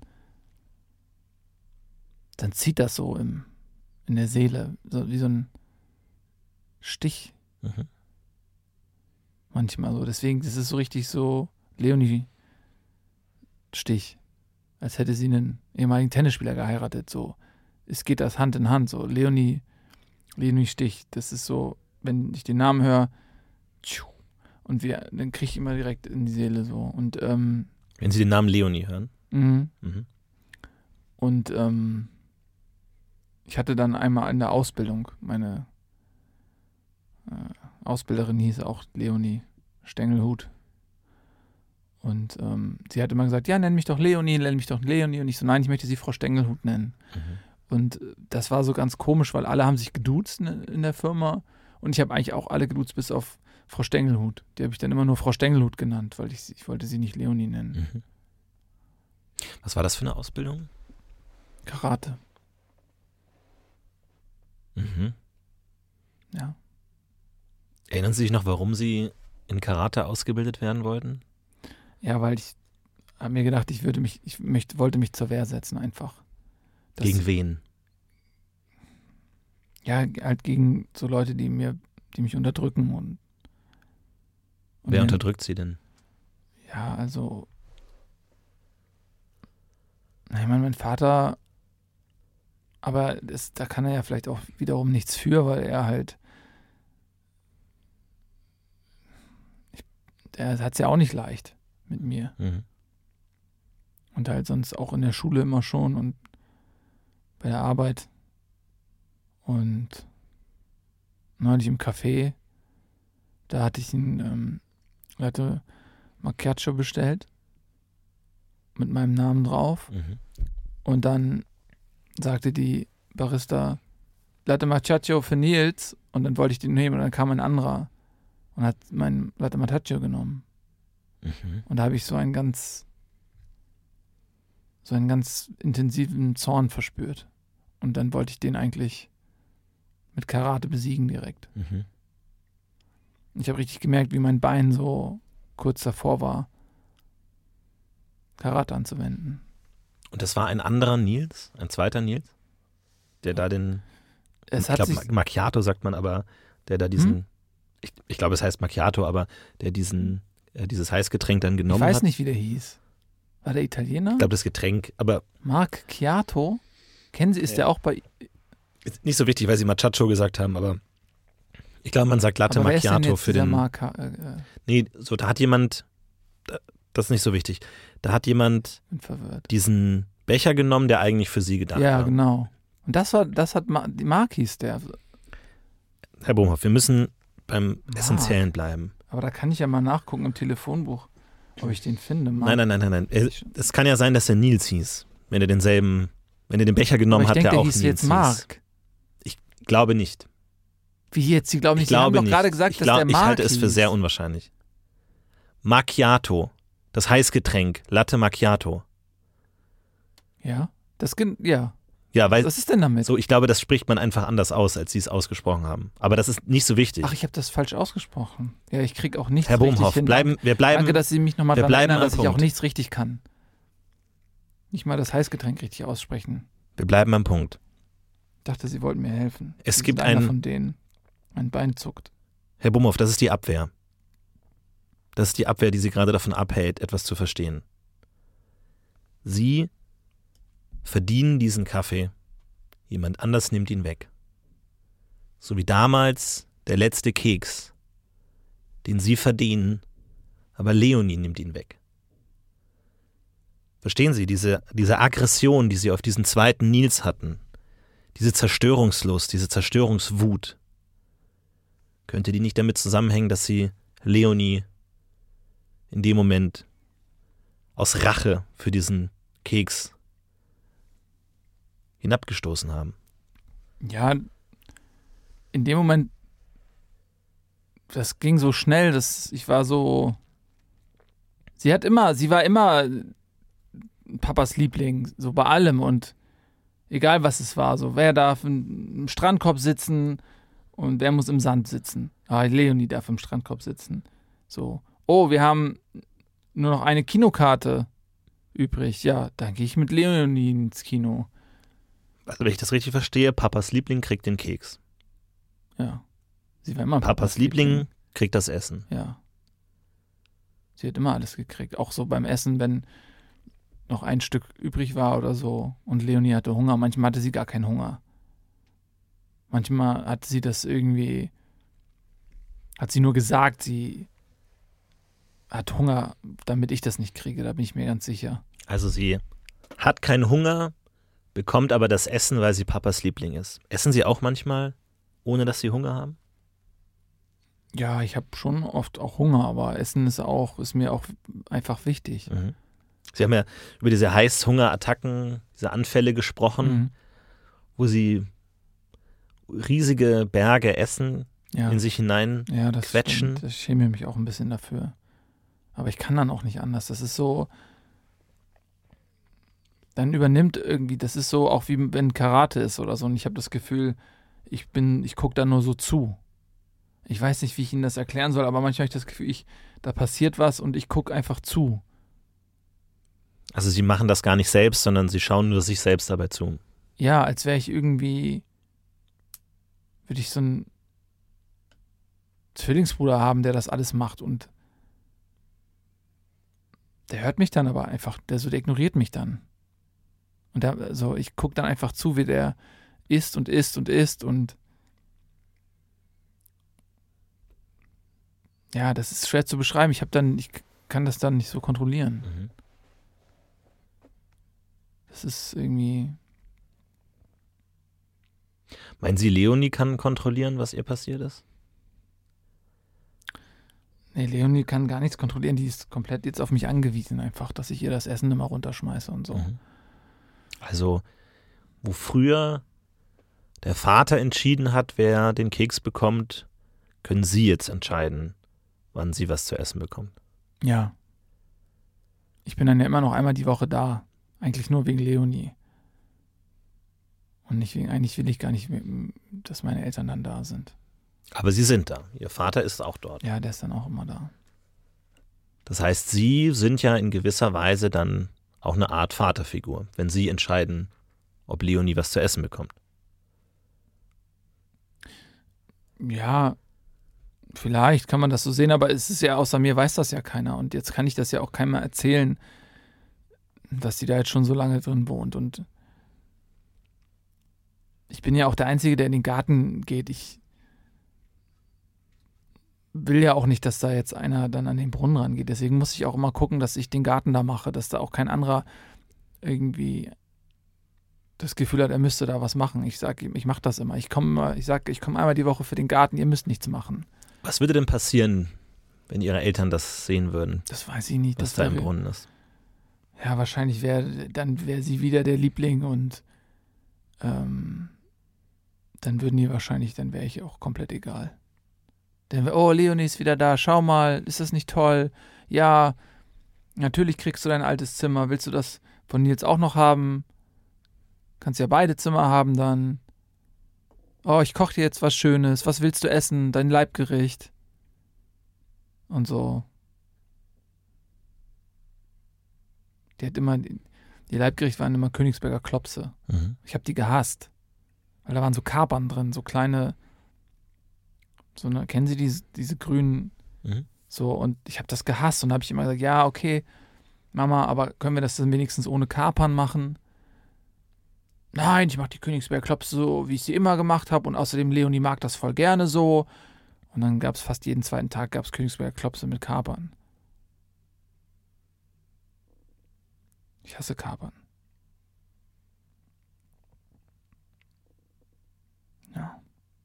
dann zieht das so im, in der Seele, so wie so ein Stich. Mhm. Manchmal so. Deswegen ist es so richtig so Leonie-Stich. Als hätte sie einen ehemaligen Tennisspieler geheiratet. So. Es geht das Hand in Hand. So Leonie, Leonie-Stich. Das ist so, wenn ich den Namen höre, und wir, dann kriege ich immer direkt in die Seele so. Und, ähm, Wenn Sie den Namen Leonie hören? Mhm. Mhm. Und ähm, ich hatte dann einmal in der Ausbildung, meine äh, Ausbilderin hieß auch Leonie Stengelhut. Und ähm, sie hat immer gesagt, ja, nenn mich doch Leonie, nenn mich doch Leonie. Und ich so, nein, ich möchte sie Frau Stengelhut nennen. Mhm. Und das war so ganz komisch, weil alle haben sich geduzt in, in der Firma. Und ich habe eigentlich auch alle geduzt, bis auf Frau Stengelhut. Die habe ich dann immer nur Frau Stengelhut genannt, weil ich, ich wollte sie nicht Leonie nennen. Mhm. Was war das für eine Ausbildung? Karate. Mhm. Ja. Erinnern Sie sich noch, warum Sie in Karate ausgebildet werden wollten? Ja, weil ich habe mir gedacht, ich würde mich, ich möchte, wollte mich zur Wehr setzen einfach. Das, Gegen wen? Ja, halt gegen so Leute, die mir, die mich unterdrücken und, und Wer mir, unterdrückt Sie denn? Ja, also na, ich meine, mein Vater, aber das, da kann er ja vielleicht auch wiederum nichts für, weil er halt ich, der hat es ja auch nicht leicht mit mir. Mhm. Und halt sonst auch in der Schule immer schon und bei der Arbeit. Und neulich im Café, da hatte ich einen ähm, Latte Macchiato bestellt mit meinem Namen drauf. Mhm. Und dann sagte die Barista Latte Macchiato für Nils und dann wollte ich den nehmen und dann kam ein anderer und hat mein Latte Macchiato genommen. Mhm. Und da habe ich so einen ganz so einen ganz intensiven Zorn verspürt. Und dann wollte ich den eigentlich mit Karate besiegen direkt. Mhm. Ich habe richtig gemerkt, wie mein Bein so kurz davor war, Karate anzuwenden. Und das war ein anderer Nils, ein zweiter Nils, der da den, Es ich hat glaube sich, Macchiato sagt man, aber der da diesen, Hm? ich, ich glaube es heißt Macchiato, aber der diesen, äh, dieses Heißgetränk dann ich genommen weiß hat. nicht, wie der hieß. War der Italiener? Ich glaube das Getränk, aber Marc Chiato? Kennen Sie, ist Ja. der auch bei... ist nicht so wichtig, weil sie Macchiato gesagt haben, aber ich glaube man sagt Latte Aber wer ist denn Macchiato jetzt für dieser den, Marc, äh, äh, nee, so da hat jemand, da- das ist nicht so wichtig, da hat jemand bin verwirrt. diesen Becher genommen, der eigentlich für sie gedacht Ja, war. genau. Und das war, das hat Ma- die Marc hieß der. Herr Bohmhoff, wir müssen beim Marc. Essentiellen bleiben. Aber da kann ich ja mal nachgucken im Telefonbuch, ob ich den finde. Marc. Nein, nein, nein, nein, nein. Er- Es kann ja sein, dass er Nils hieß, wenn er denselben, wenn er den Becher Aber genommen ich hat, denke, der der auch hieß Nils jetzt hieß. Marc. Ich glaube nicht. Wie jetzt? Sie glauben Ich nicht, Sie haben glaube doch nicht. gerade gesagt, ich, dass glaub, der ich Marc halte es für hieß. sehr unwahrscheinlich. Macchiato, das Heißgetränk, Latte Macchiato. Ja, das, gen- ja. Ja, weil Was ist denn damit? so, ich glaube, das spricht man einfach anders aus, als sie es ausgesprochen haben. Aber das ist nicht so wichtig. Ach, ich habe das falsch ausgesprochen. Ja, ich krieg auch nichts Herr richtig Bohmhoff, hin. bleiben, wir bleiben, Danke, dass Sie mich nochmal wir daran bleiben erinnern, am dass ich auch Punkt. nichts richtig kann. Nicht mal das Heißgetränk richtig aussprechen. wir bleiben am Punkt. Ich dachte, Sie wollten mir helfen. Es Sie gibt sind einer einen- von denen. Mein Bein zuckt. Herr Bohmhoff, das ist die Abwehr. Das ist die Abwehr, die Sie gerade davon abhält, etwas zu verstehen. Sie verdienen diesen Kaffee, jemand anders nimmt ihn weg. So wie damals der letzte Keks, den Sie verdienen, aber Leonie nimmt ihn weg. Verstehen Sie, diese, diese Aggression, die Sie auf diesen zweiten Nils hatten, diese Zerstörungslust, diese Zerstörungswut, könnte die nicht damit zusammenhängen, dass Sie Leonie in dem Moment aus Rache für diesen Keks hinabgestoßen haben? Ja, in dem Moment, das ging so schnell, dass ich war so. Sie hat immer, sie war immer Papas Liebling, so bei allem und egal was es war, so wer darf im Strandkorb sitzen und wer muss im Sand sitzen. Ah, Leonie darf im Strandkorb sitzen. So, oh, wir haben nur noch eine Kinokarte übrig. Ja, dann gehe ich mit Leonie ins Kino. Also wenn ich das richtig verstehe, Papas Liebling kriegt den Keks. Ja. Sie war immer Papas Liebling kriegt das Essen. Ja. Sie hat immer alles gekriegt. Auch so beim Essen, wenn noch ein Stück übrig war oder so und Leonie hatte Hunger. Manchmal hatte sie gar keinen Hunger. Manchmal hat sie das irgendwie, hat sie nur gesagt, sie hat Hunger, damit ich das nicht kriege. Da bin ich mir ganz sicher. Also sie hat keinen Hunger, bekommt aber das Essen, weil sie Papas Liebling ist. Essen Sie auch manchmal, ohne dass Sie Hunger haben? Ja, ich habe schon oft auch Hunger, aber Essen ist auch, ist mir auch einfach wichtig. Mhm. Sie haben ja über diese Heißhungerattacken, diese Anfälle gesprochen, Mhm. wo Sie riesige Berge Essen Ja. in sich hinein Ja, das quetschen. stimmt. Ich schäme mich auch ein bisschen dafür. Aber ich kann dann auch nicht anders. Das ist so, dann übernimmt irgendwie, das ist so auch wie wenn Karate ist oder so. Und ich habe das Gefühl, ich bin, ich gucke da nur so zu. Ich weiß nicht, wie ich Ihnen das erklären soll, aber manchmal habe ich das Gefühl, ich, da passiert was und ich gucke einfach zu. Also Sie machen das gar nicht selbst, sondern Sie schauen nur sich selbst dabei zu. Ja, als wäre ich irgendwie, würde ich so einen Zwillingsbruder haben, der das alles macht und der hört mich dann aber einfach, der so, der ignoriert mich dann. Und der, so, ich gucke dann einfach zu, wie der isst und isst und isst und ja, das ist schwer zu beschreiben. Ich habe dann, ich kann das dann nicht so kontrollieren. Mhm. Das ist irgendwie, Meinen Sie, Leonie kann kontrollieren, was ihr passiert ist? nee, Leonie kann gar nichts kontrollieren. Die ist komplett jetzt auf mich angewiesen einfach, dass ich ihr das Essen immer runterschmeiße und so. Mhm. Also, wo früher der Vater entschieden hat, wer den Keks bekommt, können Sie jetzt entscheiden, wann Sie was zu essen bekommt. Ja. Ich bin dann ja immer noch einmal die Woche da. Eigentlich nur wegen Leonie. Und ich, eigentlich will ich gar nicht, dass meine Eltern dann da sind. Aber Sie sind da. Ihr Vater ist auch dort. Ja, der ist dann auch immer da. Das heißt, Sie sind ja in gewisser Weise dann auch eine Art Vaterfigur, wenn Sie entscheiden, ob Leonie was zu essen bekommt. Ja, vielleicht kann man das so sehen, aber es ist ja, außer mir weiß das ja keiner. Und jetzt kann ich das ja auch keinem mehr erzählen, dass die da jetzt schon so lange drin wohnt. Und ich bin ja auch der Einzige, der in den Garten geht. Ich will ja auch nicht, dass da jetzt einer dann an den Brunnen rangeht. Deswegen muss ich auch immer gucken, dass ich den Garten da mache, dass da auch kein anderer irgendwie das Gefühl hat, er müsste da was machen. Ich sage ihm, ich mache das immer. Ich komme immer, ich sage, ich komme einmal die Woche für den Garten, ihr müsst nichts machen. Was würde denn passieren, wenn Ihre Eltern das sehen würden? Das weiß ich nicht. Was das da im wäre, Brunnen ist. Ja, wahrscheinlich wäre, dann wäre sie wieder der Liebling und ähm, dann würden die wahrscheinlich, dann wäre ich auch komplett egal. Dann wäre, oh, Leonie ist wieder da, schau mal, ist das nicht toll? Ja, natürlich kriegst du dein altes Zimmer. Willst du das von Nils auch noch haben? Kannst ja beide Zimmer haben dann. Oh, ich koche dir jetzt was Schönes. Was willst du essen? Dein Leibgericht. Und so. Die hat immer, die Leibgerichte waren immer Königsberger Klopse. Mhm. Ich habe die gehasst. Weil da waren so Kapern drin, so kleine, so eine, kennen Sie diese, diese grünen, Mhm. so, und ich habe das gehasst und habe ich immer gesagt, ja, okay, Mama, aber können wir das dann wenigstens ohne Kapern machen? Nein, ich mache die Königsberger Klopse so, wie ich sie immer gemacht habe, und außerdem Leonie mag das voll gerne so. Und dann gab es fast jeden zweiten Tag gab's Königsberger Klopse mit Kapern. Ich hasse Kapern. Ja.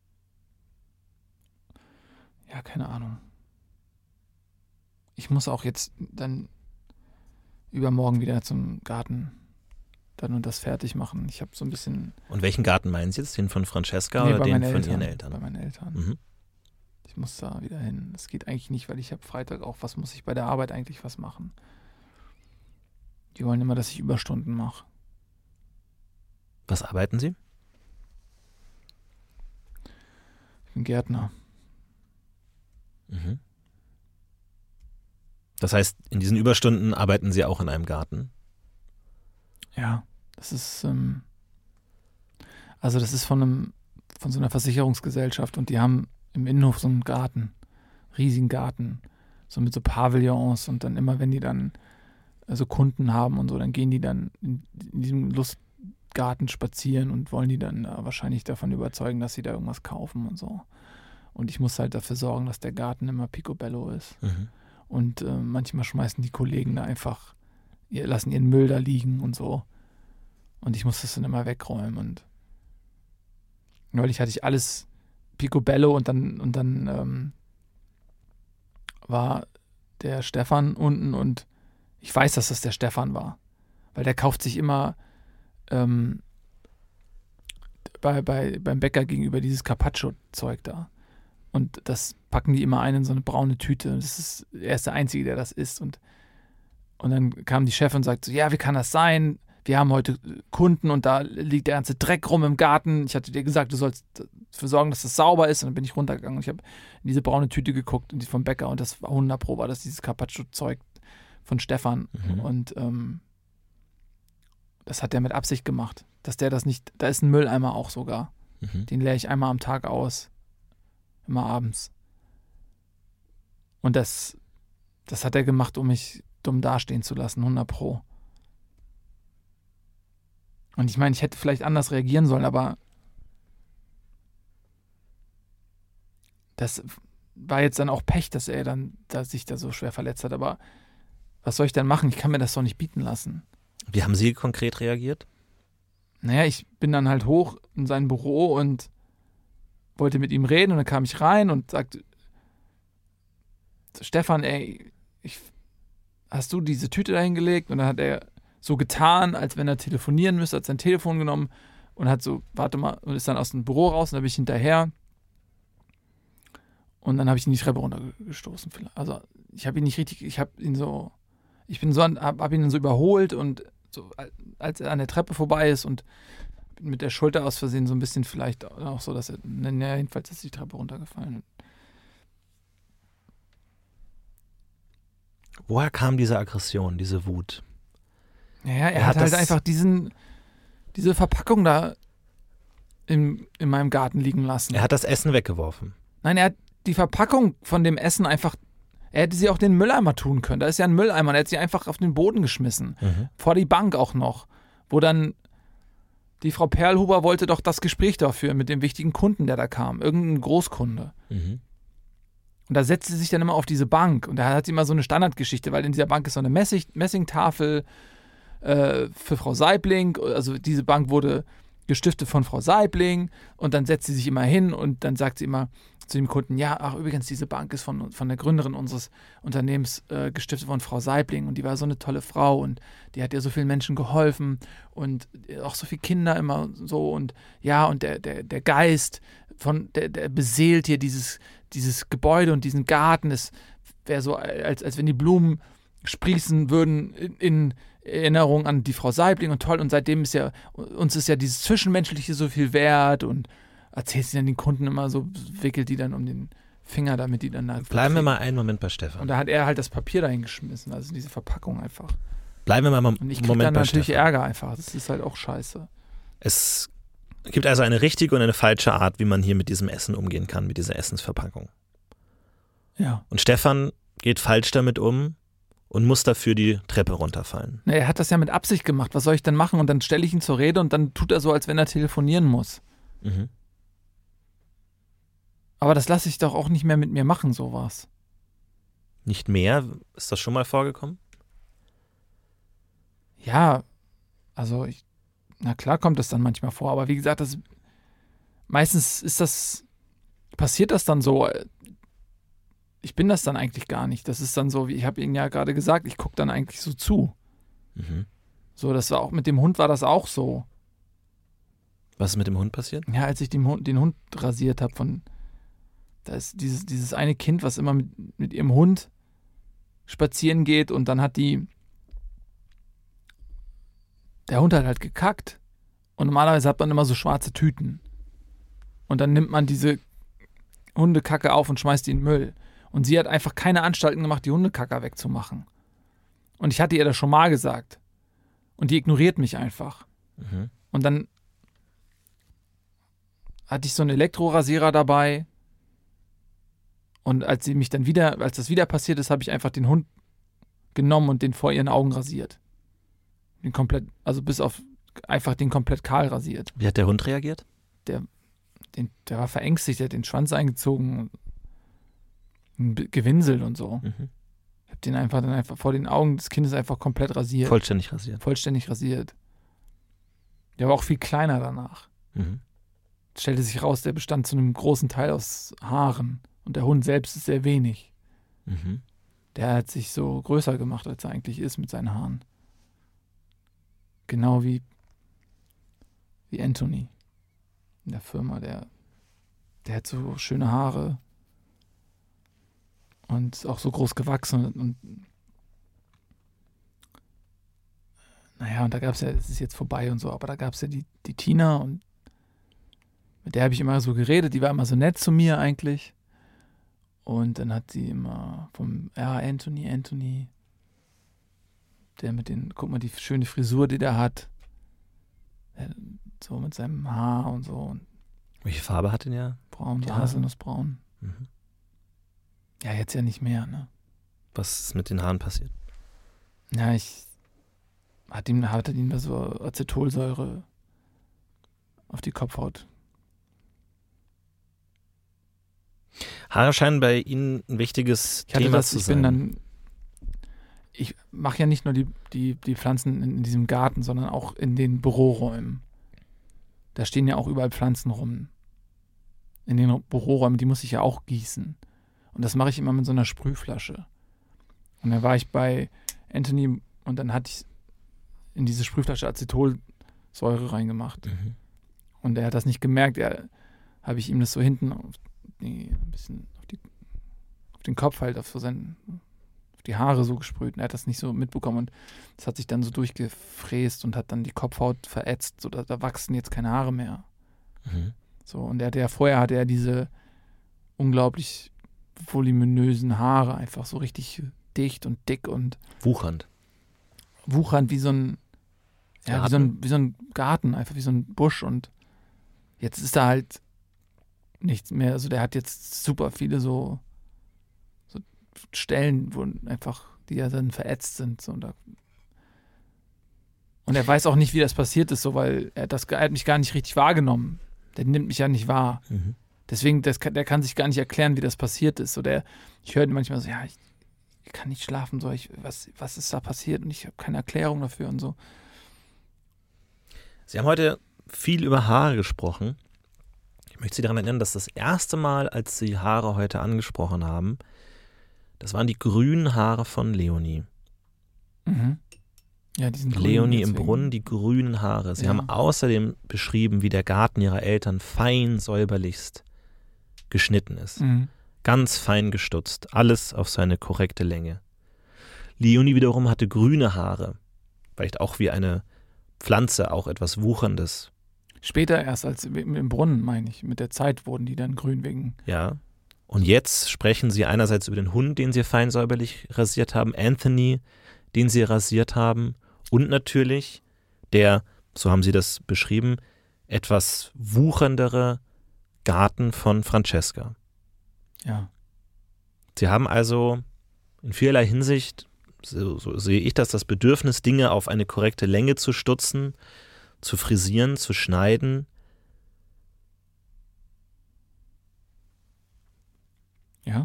Ja, keine Ahnung. Ich muss auch jetzt dann übermorgen wieder zum Garten dann und das fertig machen. Ich habe so ein bisschen... Und welchen Garten meinen Sie jetzt? Den von Francesca Nee, oder bei den meinen von Eltern, Ihren Eltern? Bei meinen Eltern. Mhm. Ich muss da wieder hin. Das geht eigentlich nicht, weil ich habe Freitag auch, was muss ich bei der Arbeit eigentlich was machen? Die wollen immer, dass ich Überstunden mache. Was arbeiten Sie? Ich bin Gärtner. Mhm. Das heißt, in diesen Überstunden arbeiten Sie auch in einem Garten? Ja, das ist, ähm, also das ist von einem, von so einer Versicherungsgesellschaft, und die haben im Innenhof so einen Garten, riesigen Garten, so mit so Pavillons, und dann immer, wenn die dann also Kunden haben und so, dann gehen die dann in, in diesem Lustgarten spazieren und wollen die dann äh, wahrscheinlich davon überzeugen, dass sie da irgendwas kaufen und so. Und ich muss halt dafür sorgen, dass der Garten immer picobello ist. Mhm. Und äh, manchmal schmeißen die Kollegen da einfach, ihr, lassen ihren Müll da liegen und so. Und ich muss das dann immer wegräumen. Und neulich hatte ich alles picobello, und dann, und dann ähm, war der Stefan unten, und ich weiß, dass das der Stefan war. Weil der kauft sich immer ähm, bei, bei, beim Bäcker gegenüber dieses Carpaccio-Zeug da. Und das packen die immer ein in so eine braune Tüte. Das ist, er ist der Einzige, der das isst. Und, und dann kam die Chefin und sagt so, ja, wie kann das sein? Wir haben heute Kunden und da liegt der ganze Dreck rum im Garten. Ich hatte dir gesagt, du sollst dafür sorgen, dass das sauber ist. Und dann bin ich runtergegangen und ich habe in diese braune Tüte geguckt, und die vom Bäcker, und das war hundert Pro, war das dieses Carpaccio-Zeug von Stefan. Mhm. Und ähm, das hat der mit Absicht gemacht. Dass der das nicht, da ist ein Mülleimer auch sogar. Mhm. Den leere ich einmal am Tag aus. Immer abends. Und das, das hat er gemacht, um mich dumm dastehen zu lassen, hundert Pro. Und ich meine, ich hätte vielleicht anders reagieren sollen, aber das war jetzt dann auch Pech, dass er dann dass sich da so schwer verletzt hat. Aber was soll ich dann machen? Ich kann mir das doch nicht bieten lassen. Wie haben Sie konkret reagiert? Naja, ich bin dann halt hoch in sein Büro und wollte mit ihm reden, und dann kam ich rein und sagte, Stefan, ey, ich, hast du diese Tüte da hingelegt? Und dann hat er so getan, als wenn er telefonieren müsste, hat sein Telefon genommen und hat so, warte mal, und ist dann aus dem Büro raus, und da bin ich hinterher. Und dann habe ich ihn die Treppe runtergestoßen. Also ich habe ihn nicht richtig, ich habe ihn so, ich bin so, habe hab ihn dann so überholt, und so, als er an der Treppe vorbei ist, und mit der Schulter aus Versehen so ein bisschen vielleicht auch so, dass er, naja, jedenfalls ist die Treppe runtergefallen. Woher kam diese Aggression, diese Wut? Naja, er, Er hat, hat halt das- einfach diesen, diese Verpackung da in, in meinem Garten liegen lassen. Er hat das Essen weggeworfen. Nein, er hat die Verpackung von dem Essen einfach, er hätte sie auch den Mülleimer tun können. Da ist ja ein Mülleimer, er hat sie einfach auf den Boden geschmissen. Mhm. Vor die Bank auch noch. Wo dann die Frau Perlhuber wollte doch das Gespräch da führen mit dem wichtigen Kunden, der da kam. Irgendein Großkunde. Mhm. Und da setzt sie sich dann immer auf diese Bank. Und da hat sie immer so eine Standardgeschichte, weil in dieser Bank ist so eine Messing, Messingtafel äh, für Frau Saibling. Also diese Bank wurde gestiftet von Frau Saibling. Und dann setzt sie sich immer hin und dann sagt sie immer zu dem Kunden, ja, ach übrigens, diese Bank ist von, von der Gründerin unseres Unternehmens äh, gestiftet von Frau Saibling. Und die war so eine tolle Frau und die hat ja so vielen Menschen geholfen und auch so viele Kinder immer so. Und ja, und der, der, der Geist, von, der, der beseelt hier dieses, dieses Gebäude und diesen Garten. Es wäre so, als, als wenn die Blumen sprießen würden in, in Erinnerung an die Frau Saibling und toll. Und seitdem ist ja, uns ist ja dieses Zwischenmenschliche so viel wert und erzählt sie dann den Kunden immer so, wickelt die dann um den Finger, damit die dann da. Bleiben wir mal einen Moment bei Stefan. Und da hat er halt das Papier dahin geschmissen, also diese Verpackung einfach. Bleiben wir mal einen Und ich krieg Moment dann bei natürlich Stefan. Ärger einfach. Das ist halt auch scheiße. Es gibt also eine richtige und eine falsche Art, wie man hier mit diesem Essen umgehen kann, mit dieser Essensverpackung. Ja. Und Stefan geht falsch damit um und muss dafür die Treppe runterfallen. Na, er hat das ja mit Absicht gemacht. Was soll ich denn machen? Und dann stelle ich ihn zur Rede und dann tut er so, als wenn er telefonieren muss. Mhm. Aber das lasse ich doch auch nicht mehr mit mir machen, sowas. Nicht mehr? Ist das schon mal vorgekommen? Ja, also ich, na klar kommt das dann manchmal vor, aber wie gesagt, das meistens ist das, passiert das dann so, ich bin das dann eigentlich gar nicht. Das ist dann so, wie ich habe Ihnen ja gerade gesagt, ich gucke dann eigentlich so zu. Mhm. So, das war auch mit dem Hund war das auch so. Was ist mit dem Hund passiert? Ja, als ich den Hund, den Hund rasiert habe von, da ist dieses, dieses eine Kind, was immer mit, mit ihrem Hund spazieren geht und dann hat die, der Hund hat halt gekackt und normalerweise hat man immer so schwarze Tüten und dann nimmt man diese Hundekacke auf und schmeißt die in den Müll und sie hat einfach keine Anstalten gemacht, die Hundekacke wegzumachen und ich hatte ihr das schon mal gesagt und die ignoriert mich einfach Mhm. und dann hatte ich so einen Elektrorasierer dabei und als sie mich dann wieder, als das wieder passiert ist, habe ich einfach den Hund genommen und den vor ihren Augen rasiert. Den komplett, also bis auf einfach den komplett kahl rasiert. Wie hat der Hund reagiert? Den, der war verängstigt, der hat den Schwanz eingezogen, gewinselt und so. Mhm. Ich habe den einfach dann einfach vor den Augen des Kindes einfach komplett rasiert. Vollständig rasiert. Vollständig rasiert. Der war auch viel kleiner danach. Mhm. Es stellte sich raus, der bestand zu einem großen Teil aus Haaren. Und der Hund selbst ist sehr wenig. Mhm. Der hat sich so größer gemacht, als er eigentlich ist mit seinen Haaren. Genau wie, wie Anthony in der Firma. Der, der hat so schöne Haare und ist auch so groß gewachsen. Und, und naja, und da gab es ja, es ist jetzt vorbei und so, aber da gab es ja die, die Tina und mit der habe ich immer so geredet. Die war immer so nett zu mir eigentlich. Und dann hat sie immer vom, ja, Anthony, Anthony, der mit den, guck mal, die schöne Frisur, die der hat. Der, so mit seinem Haar und so. Und Welche Farbe hat denn ja? braun, so Ja. Haselnussbraun. Mhm. Ja, jetzt ja nicht mehr, ne? Was ist mit den Haaren passiert? Ja, ich hat ihm, hatte ihm da so Acetolsäure auf die Kopfhaut. Haare scheinen bei Ihnen ein wichtiges Ich hatte Thema das, zu ich sein. bin dann, ich mache ja nicht nur die, die, die Pflanzen in, in diesem Garten, sondern auch in den Büroräumen. Da stehen ja auch überall Pflanzen rum. In den Büroräumen, die muss ich ja auch gießen. Und das mache ich immer mit so einer Sprühflasche. Und dann war ich bei Anthony und dann hatte ich in diese Sprühflasche Acetolsäure reingemacht. Mhm. Und er hat das nicht gemerkt. Er habe ich ihm das so hinten auf, nee, ein bisschen auf, die, auf den Kopf halt, auf so sein die Haare so gesprüht und er hat das nicht so mitbekommen und das hat sich dann so durchgefräst und hat dann die Kopfhaut verätzt, so da, da wachsen jetzt keine Haare mehr. Mhm. So, und er hatte ja vorher hatte er diese unglaublich voluminösen Haare, einfach so richtig dicht und dick und Wuchernd. wuchernd wie so ein ja, wie so ein, wie so ein Garten, einfach wie so ein Busch und jetzt ist da halt nichts mehr, also der hat jetzt super viele so, so Stellen, wo einfach, die ja dann verätzt sind. So, und, da, und er weiß auch nicht, wie das passiert ist, so, weil er, das, er hat mich gar nicht richtig wahrgenommen. Der nimmt mich ja nicht wahr. Mhm. Deswegen, das kann, der kann sich gar nicht erklären, wie das passiert ist. So, der, ich höre manchmal so, ja, ich, ich kann nicht schlafen, so, ich, was, was ist da passiert? Und ich habe keine Erklärung dafür und so. Sie haben heute viel über Haare gesprochen. Ich möchte Sie daran erinnern, dass das erste Mal, als Sie Haare heute angesprochen haben, das waren die grünen Haare von Leonie. Mhm. Ja, die sind grün, Leonie im deswegen. Brunnen, die grünen Haare. Sie Ja. haben außerdem beschrieben, wie der Garten ihrer Eltern fein säuberlichst geschnitten ist. Mhm. Ganz fein gestutzt. Alles auf seine korrekte Länge. Leonie wiederum hatte grüne Haare. Vielleicht auch wie eine Pflanze, auch etwas Wucherndes. Später erst als im im Brunnen, meine ich. Mit der Zeit wurden die dann grün wegen. Ja. Und jetzt sprechen sie einerseits über den Hund, den sie fein säuberlich rasiert haben, Anthony, den sie rasiert haben, und natürlich der, so haben sie das beschrieben, etwas wucherndere Garten von Francesca. Ja. Sie haben also in vielerlei Hinsicht, so, so sehe ich das, das Bedürfnis, Dinge auf eine korrekte Länge zu stutzen, zu frisieren, zu schneiden. Ja.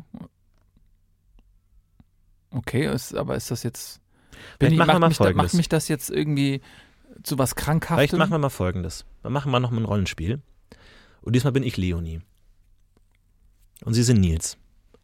Okay, ist, aber ist das jetzt. Vielleicht ich, machen wir macht, mal mich da, Folgendes. macht mich das jetzt irgendwie zu was Krankhaftem? Vielleicht machen wir mal Folgendes. Wir machen mal noch mal ein Rollenspiel. Und diesmal bin ich Leonie. Und Sie sind Nils.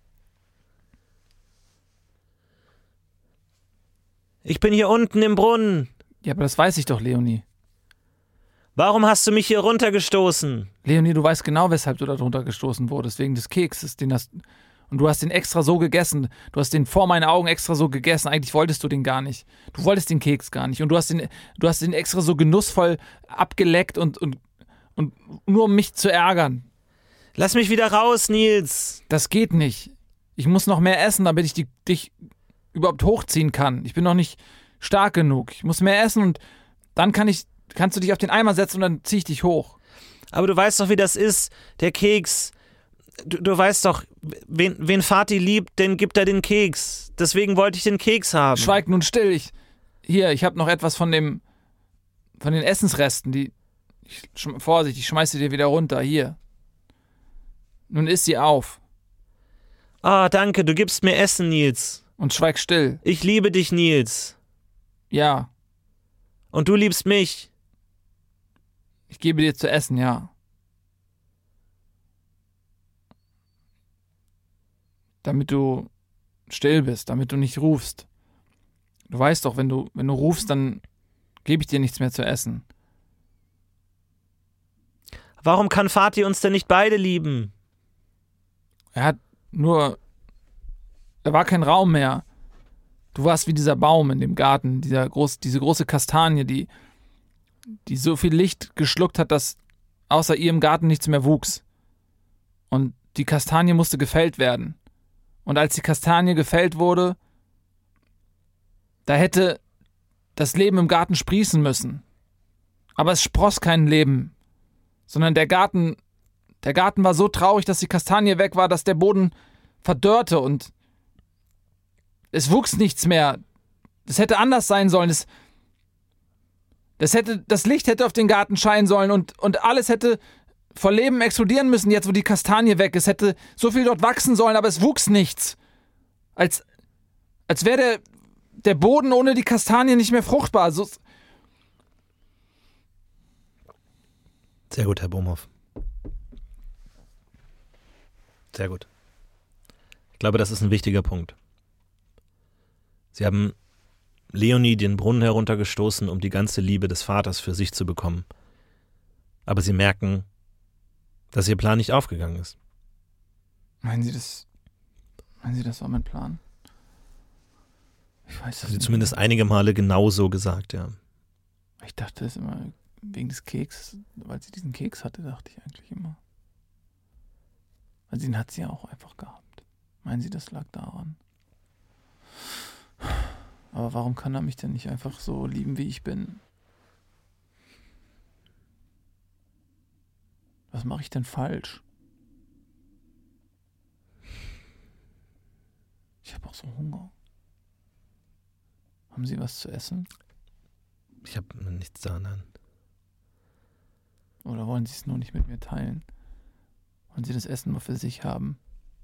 Ich bin hier unten im Brunnen. Ja, aber das weiß ich doch, Leonie. Warum hast du mich hier runtergestoßen? Leonie, du weißt genau, weshalb du da drunter gestoßen wurdest, wegen des Kekses, den hast. Und du hast den extra so gegessen. Du hast den vor meinen Augen extra so gegessen. Eigentlich wolltest du den gar nicht. Du wolltest den Keks gar nicht. Und du hast den, du hast den extra so genussvoll abgeleckt und, und, und nur um mich zu ärgern. Lass mich wieder raus, Nils. Das geht nicht. Ich muss noch mehr essen, damit ich die, dich überhaupt hochziehen kann. Ich bin noch nicht stark genug. Ich muss mehr essen und dann kann ich, kannst du dich auf den Eimer setzen und dann ziehe ich dich hoch. Aber du weißt doch, wie das ist. Der Keks. Du, du weißt doch, wen, wen Vati liebt, den gibt er den Keks. Deswegen wollte ich den Keks haben. Schweig nun still. Ich, hier, ich habe noch etwas von dem, von den Essensresten. Die, ich, sch, Vorsicht, ich schmeiße dir wieder runter. Hier. Nun iss sie auf. Ah, danke, du gibst mir Essen, Nils. Und schweig still. Ich liebe dich, Nils. Ja. Und du liebst mich. Ich gebe dir zu essen, ja. Damit du still bist, damit du nicht rufst. Du weißt doch, wenn du, wenn du rufst, dann gebe ich dir nichts mehr zu essen. Warum kann Vati uns denn nicht beide lieben? Er hat nur, da war kein Raum mehr. Du warst wie dieser Baum in dem Garten, dieser groß, diese große Kastanie, die, die so viel Licht geschluckt hat, dass außer ihr im Garten nichts mehr wuchs. Und die Kastanie musste gefällt werden. Und als die Kastanie gefällt wurde, da hätte das Leben im Garten sprießen müssen. Aber es spross kein Leben, sondern der Garten, der Garten war so traurig, dass die Kastanie weg war, dass der Boden verdörrte und es wuchs nichts mehr. Das hätte anders sein sollen. Es, das, hätte, das Licht hätte auf den Garten scheinen sollen und, und alles hätte vor Leben explodieren müssen, jetzt wo die Kastanie weg ist. Es hätte so viel dort wachsen sollen, aber es wuchs nichts. Als, als wäre der, der Boden ohne die Kastanie nicht mehr fruchtbar. So, Sehr gut, Herr Bohmhoff. Sehr gut. Ich glaube, das ist ein wichtiger Punkt. Sie haben Leonie den Brunnen heruntergestoßen, um die ganze Liebe des Vaters für sich zu bekommen. Aber sie merken, dass ihr Plan nicht aufgegangen ist. meinen Sie das? Meinen Sie, das war mein Plan? Ich weiß das Haben Sie nicht. zumindest einige Male genau so gesagt, ja. Ich dachte es immer wegen des Keks, weil sie diesen Keks hatte, dachte ich eigentlich immer. Weil den hat sie ja auch einfach gehabt. Meinen Sie, das lag daran? Aber warum kann er mich denn nicht einfach so lieben, wie ich bin? Was mache ich denn falsch? Ich habe auch so Hunger. Haben Sie was zu essen? Ich habe nichts da, nein. Oder wollen Sie es nur nicht mit mir teilen? Wollen Sie das Essen nur für sich haben?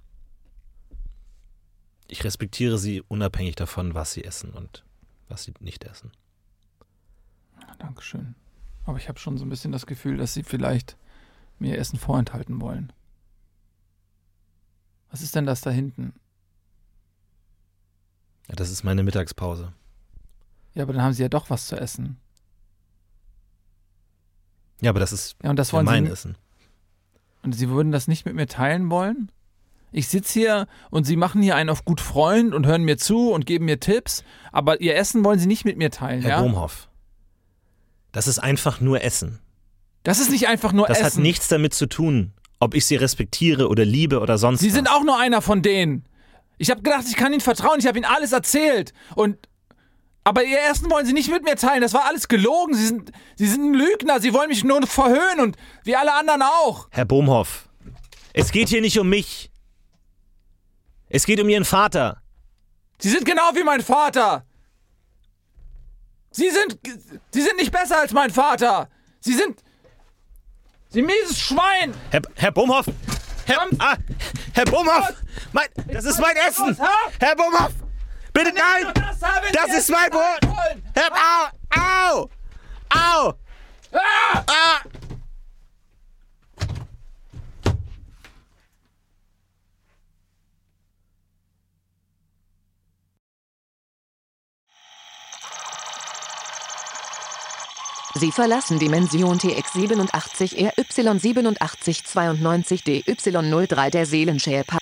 Ich respektiere Sie unabhängig davon, was Sie essen und was Sie nicht essen. Ja, Dankeschön. Aber ich habe schon so ein bisschen das Gefühl, dass Sie vielleicht mir Essen vorenthalten wollen. Was ist denn das da hinten? Ja, das ist meine Mittagspause. Ja, aber dann haben Sie ja doch was zu essen. Ja, aber das ist Ja, und das für wollen mein Sie, Essen. und Sie würden das nicht mit mir teilen wollen? Ich sitze hier und Sie machen hier einen auf gut Freund und hören mir zu und geben mir Tipps, aber Ihr Essen wollen Sie nicht mit mir teilen, Herr ja? Bohmhoff, das ist einfach nur Essen. Das ist nicht einfach nur Das Essen. hat nichts damit zu tun, ob ich Sie respektiere oder liebe oder sonst Sie was. sind auch nur einer von denen. Ich habe gedacht, ich kann Ihnen vertrauen, ich habe Ihnen alles erzählt. Und aber Ihr Essen wollen Sie nicht mit mir teilen, das war alles gelogen. Sie sind, Sie sind ein Lügner, Sie wollen mich nur verhöhnen und wie alle anderen auch. Herr Bohmhoff, es geht hier nicht um mich. Es geht um Ihren Vater. Sie sind genau wie mein Vater. Sie sind, Sie sind nicht besser als mein Vater. Sie sind, Sie mieses Schwein. Herr, Herr Bohmhoff, Herr, ah, Herr Bohmhoff, mein, das ist mein Essen. Herr Bohmhoff, bitte nein, das ist mein Brot. Herr, au, au, au, ah. Sie verlassen Dimension T X siebenundachtzig R Y siebenundachtzig zweiundneunzig D Y null drei der Seelenschälper.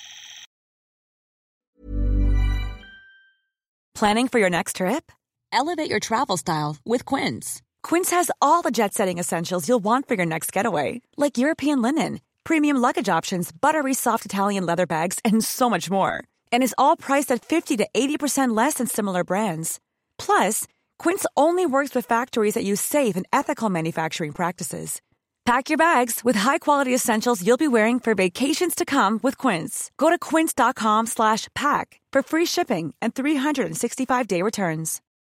Planning for your next trip? Elevate your travel style with Quince. Quince has all the jet-setting essentials you'll want for your next getaway, like European linen, premium luggage options, buttery soft Italian leather bags, and so much more. And is all priced at fifty to eighty percent less than similar brands. Plus, Quince only works with factories that use safe and ethical manufacturing practices. Pack your bags with high-quality essentials you'll be wearing for vacations to come with Quince. Go to quince.com slash pack for free shipping and three sixty-five day returns.